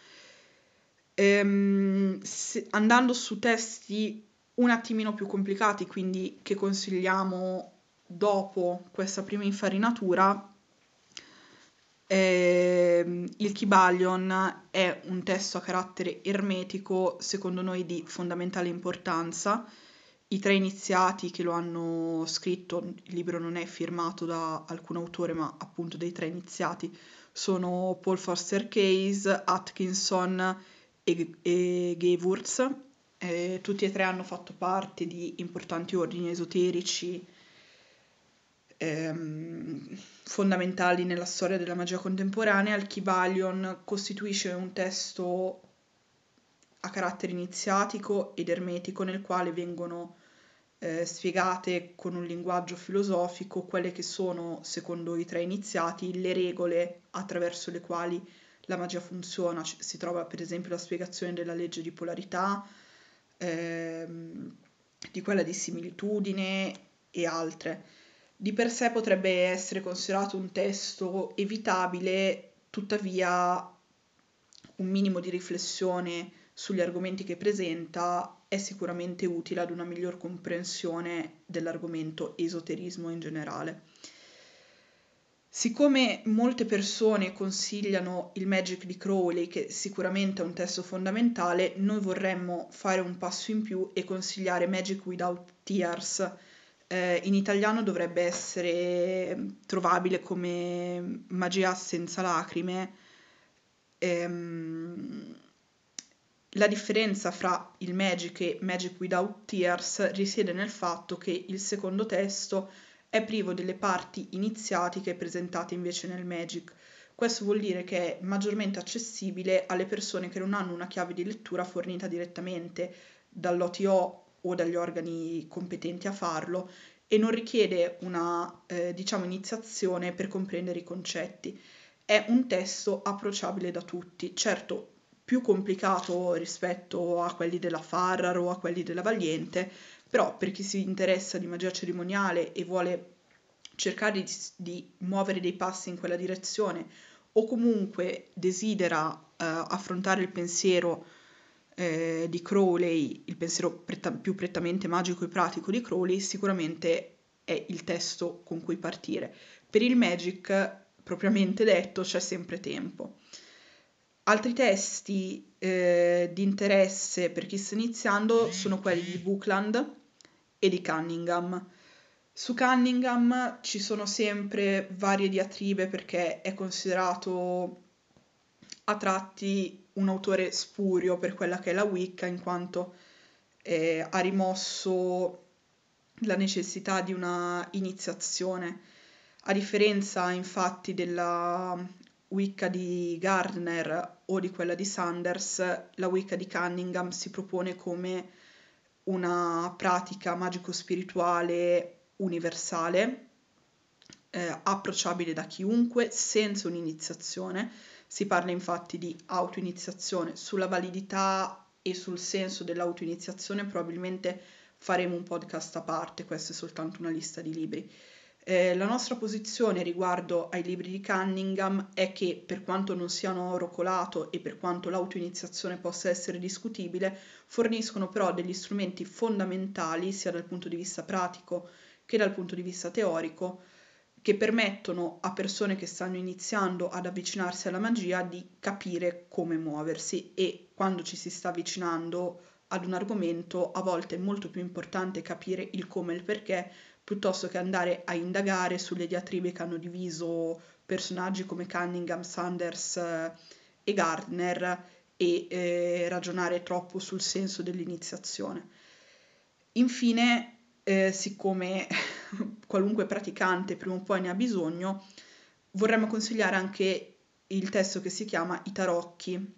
Ehm, se- andando su testi un attimino più complicati, quindi che consigliamo dopo questa prima infarinatura, ehm, il Kybalion è un testo a carattere ermetico, secondo noi di fondamentale importanza. I tre iniziati che lo hanno scritto, il libro non è firmato da alcun autore, ma appunto dei tre iniziati, sono Paul Foster Case, Atkinson e, e Gewurz. Eh, tutti e tre hanno fatto parte di importanti ordini esoterici ehm, fondamentali nella storia della magia contemporanea. Il Kybalion costituisce un testo a carattere iniziatico ed ermetico nel quale vengono eh, spiegate con un linguaggio filosofico quelle che sono, secondo i tre iniziati, le regole attraverso le quali la magia funziona. C- si trova per esempio la spiegazione della legge di polarità, ehm, di quella di similitudine e altre. Di per sé potrebbe essere considerato un testo evitabile, tuttavia un minimo di riflessione sugli argomenti che presenta è sicuramente utile ad una miglior comprensione dell'argomento esoterismo in generale. Siccome molte persone consigliano il Magic di Crowley, che sicuramente è un testo fondamentale, noi vorremmo fare un passo in più e consigliare Magic Without Tears. Eh, in italiano dovrebbe essere trovabile come Magia senza lacrime. Ehm, la differenza fra il Magic e Magic Without Tears risiede nel fatto che il secondo testo è privo delle parti iniziatiche presentate invece nel Magic. Questo vuol dire che è maggiormente accessibile alle persone che non hanno una chiave di lettura fornita direttamente dall'O T O o dagli organi competenti a farlo e non richiede una, eh, diciamo, iniziazione per comprendere i concetti. È un testo approcciabile da tutti, certo più complicato rispetto a quelli della Farrar o a quelli della Valiente, però per chi si interessa di magia cerimoniale e vuole cercare di, di muovere dei passi in quella direzione o comunque desidera eh, affrontare il pensiero eh, di Crowley, il pensiero pretta- più prettamente magico e pratico di Crowley, sicuramente è il testo con cui partire. Per il Magic, propriamente detto, c'è sempre tempo. Altri testi eh, di interesse per chi sta iniziando sono quelli di Bookland e di Cunningham. Su Cunningham ci sono sempre varie diatribe perché è considerato a tratti un autore spurio per quella che è la Wicca, in quanto eh, ha rimosso la necessità di una iniziazione. A differenza infatti della Wicca di Gardner o di quella di Sanders, la Wicca di Cunningham si propone come una pratica magico-spirituale universale, eh, approcciabile da chiunque, senza un'iniziazione. Si parla infatti di autoiniziazione. Sulla validità e sul senso dell'autoiniziazione probabilmente faremo un podcast a parte, questa è soltanto una lista di libri. Eh, la nostra posizione riguardo ai libri di Cunningham è che, per quanto non siano oro colato e per quanto l'autoiniziazione possa essere discutibile, forniscono però degli strumenti fondamentali sia dal punto di vista pratico che dal punto di vista teorico, che permettono a persone che stanno iniziando ad avvicinarsi alla magia di capire come muoversi, e quando ci si sta avvicinando ad un argomento a volte è molto più importante capire il come e il perché piuttosto che andare a indagare sulle diatribe che hanno diviso personaggi come Cunningham, Sanders eh, e Gardner e eh, ragionare troppo sul senso dell'iniziazione. Infine, eh, siccome qualunque praticante prima o poi ne ha bisogno, vorremmo consigliare anche il testo che si chiama I Tarocchi,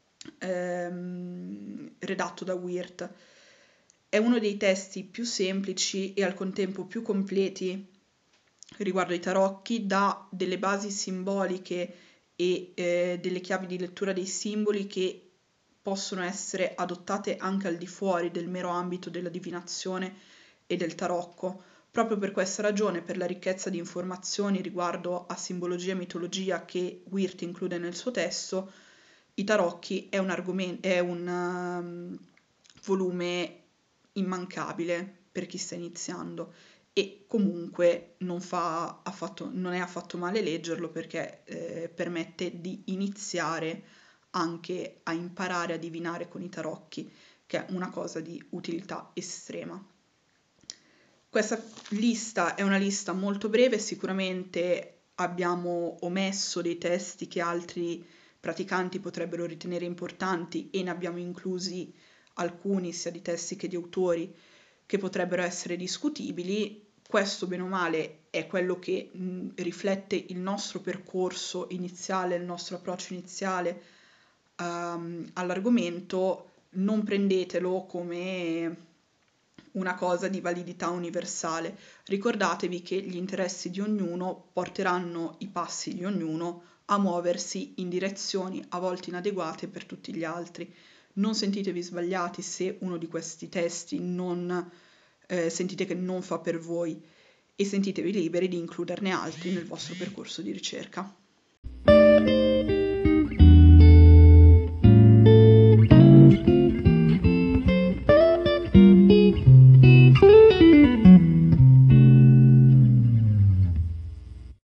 ehm, redatto da Wirth. È uno dei testi più semplici e al contempo più completi riguardo ai tarocchi, dà delle basi simboliche e eh, delle chiavi di lettura dei simboli che possono essere adottate anche al di fuori del mero ambito della divinazione e del tarocco. Proprio per questa ragione, per la ricchezza di informazioni riguardo a simbologia e mitologia che Wirth include nel suo testo, I Tarocchi è un, argomento, è un um, volume immancabile per chi sta iniziando e comunque non, fa affatto, non è affatto male leggerlo perché eh, permette di iniziare anche a imparare a divinare con i tarocchi, che è una cosa di utilità estrema. Questa lista è una lista molto breve, sicuramente abbiamo omesso dei testi che altri praticanti potrebbero ritenere importanti e ne abbiamo inclusi alcuni sia di testi che di autori che potrebbero essere discutibili. Questo, bene o male, è quello che mh, riflette il nostro percorso iniziale, il nostro approccio iniziale um, all'argomento. Non prendetelo come una cosa di validità universale. Ricordatevi che gli interessi di ognuno porteranno i passi di ognuno a muoversi in direzioni a volte inadeguate per tutti gli altri. non sentitevi sbagliati se uno di questi testi non eh, sentite che non fa per voi e sentitevi liberi di includerne altri nel vostro percorso di ricerca.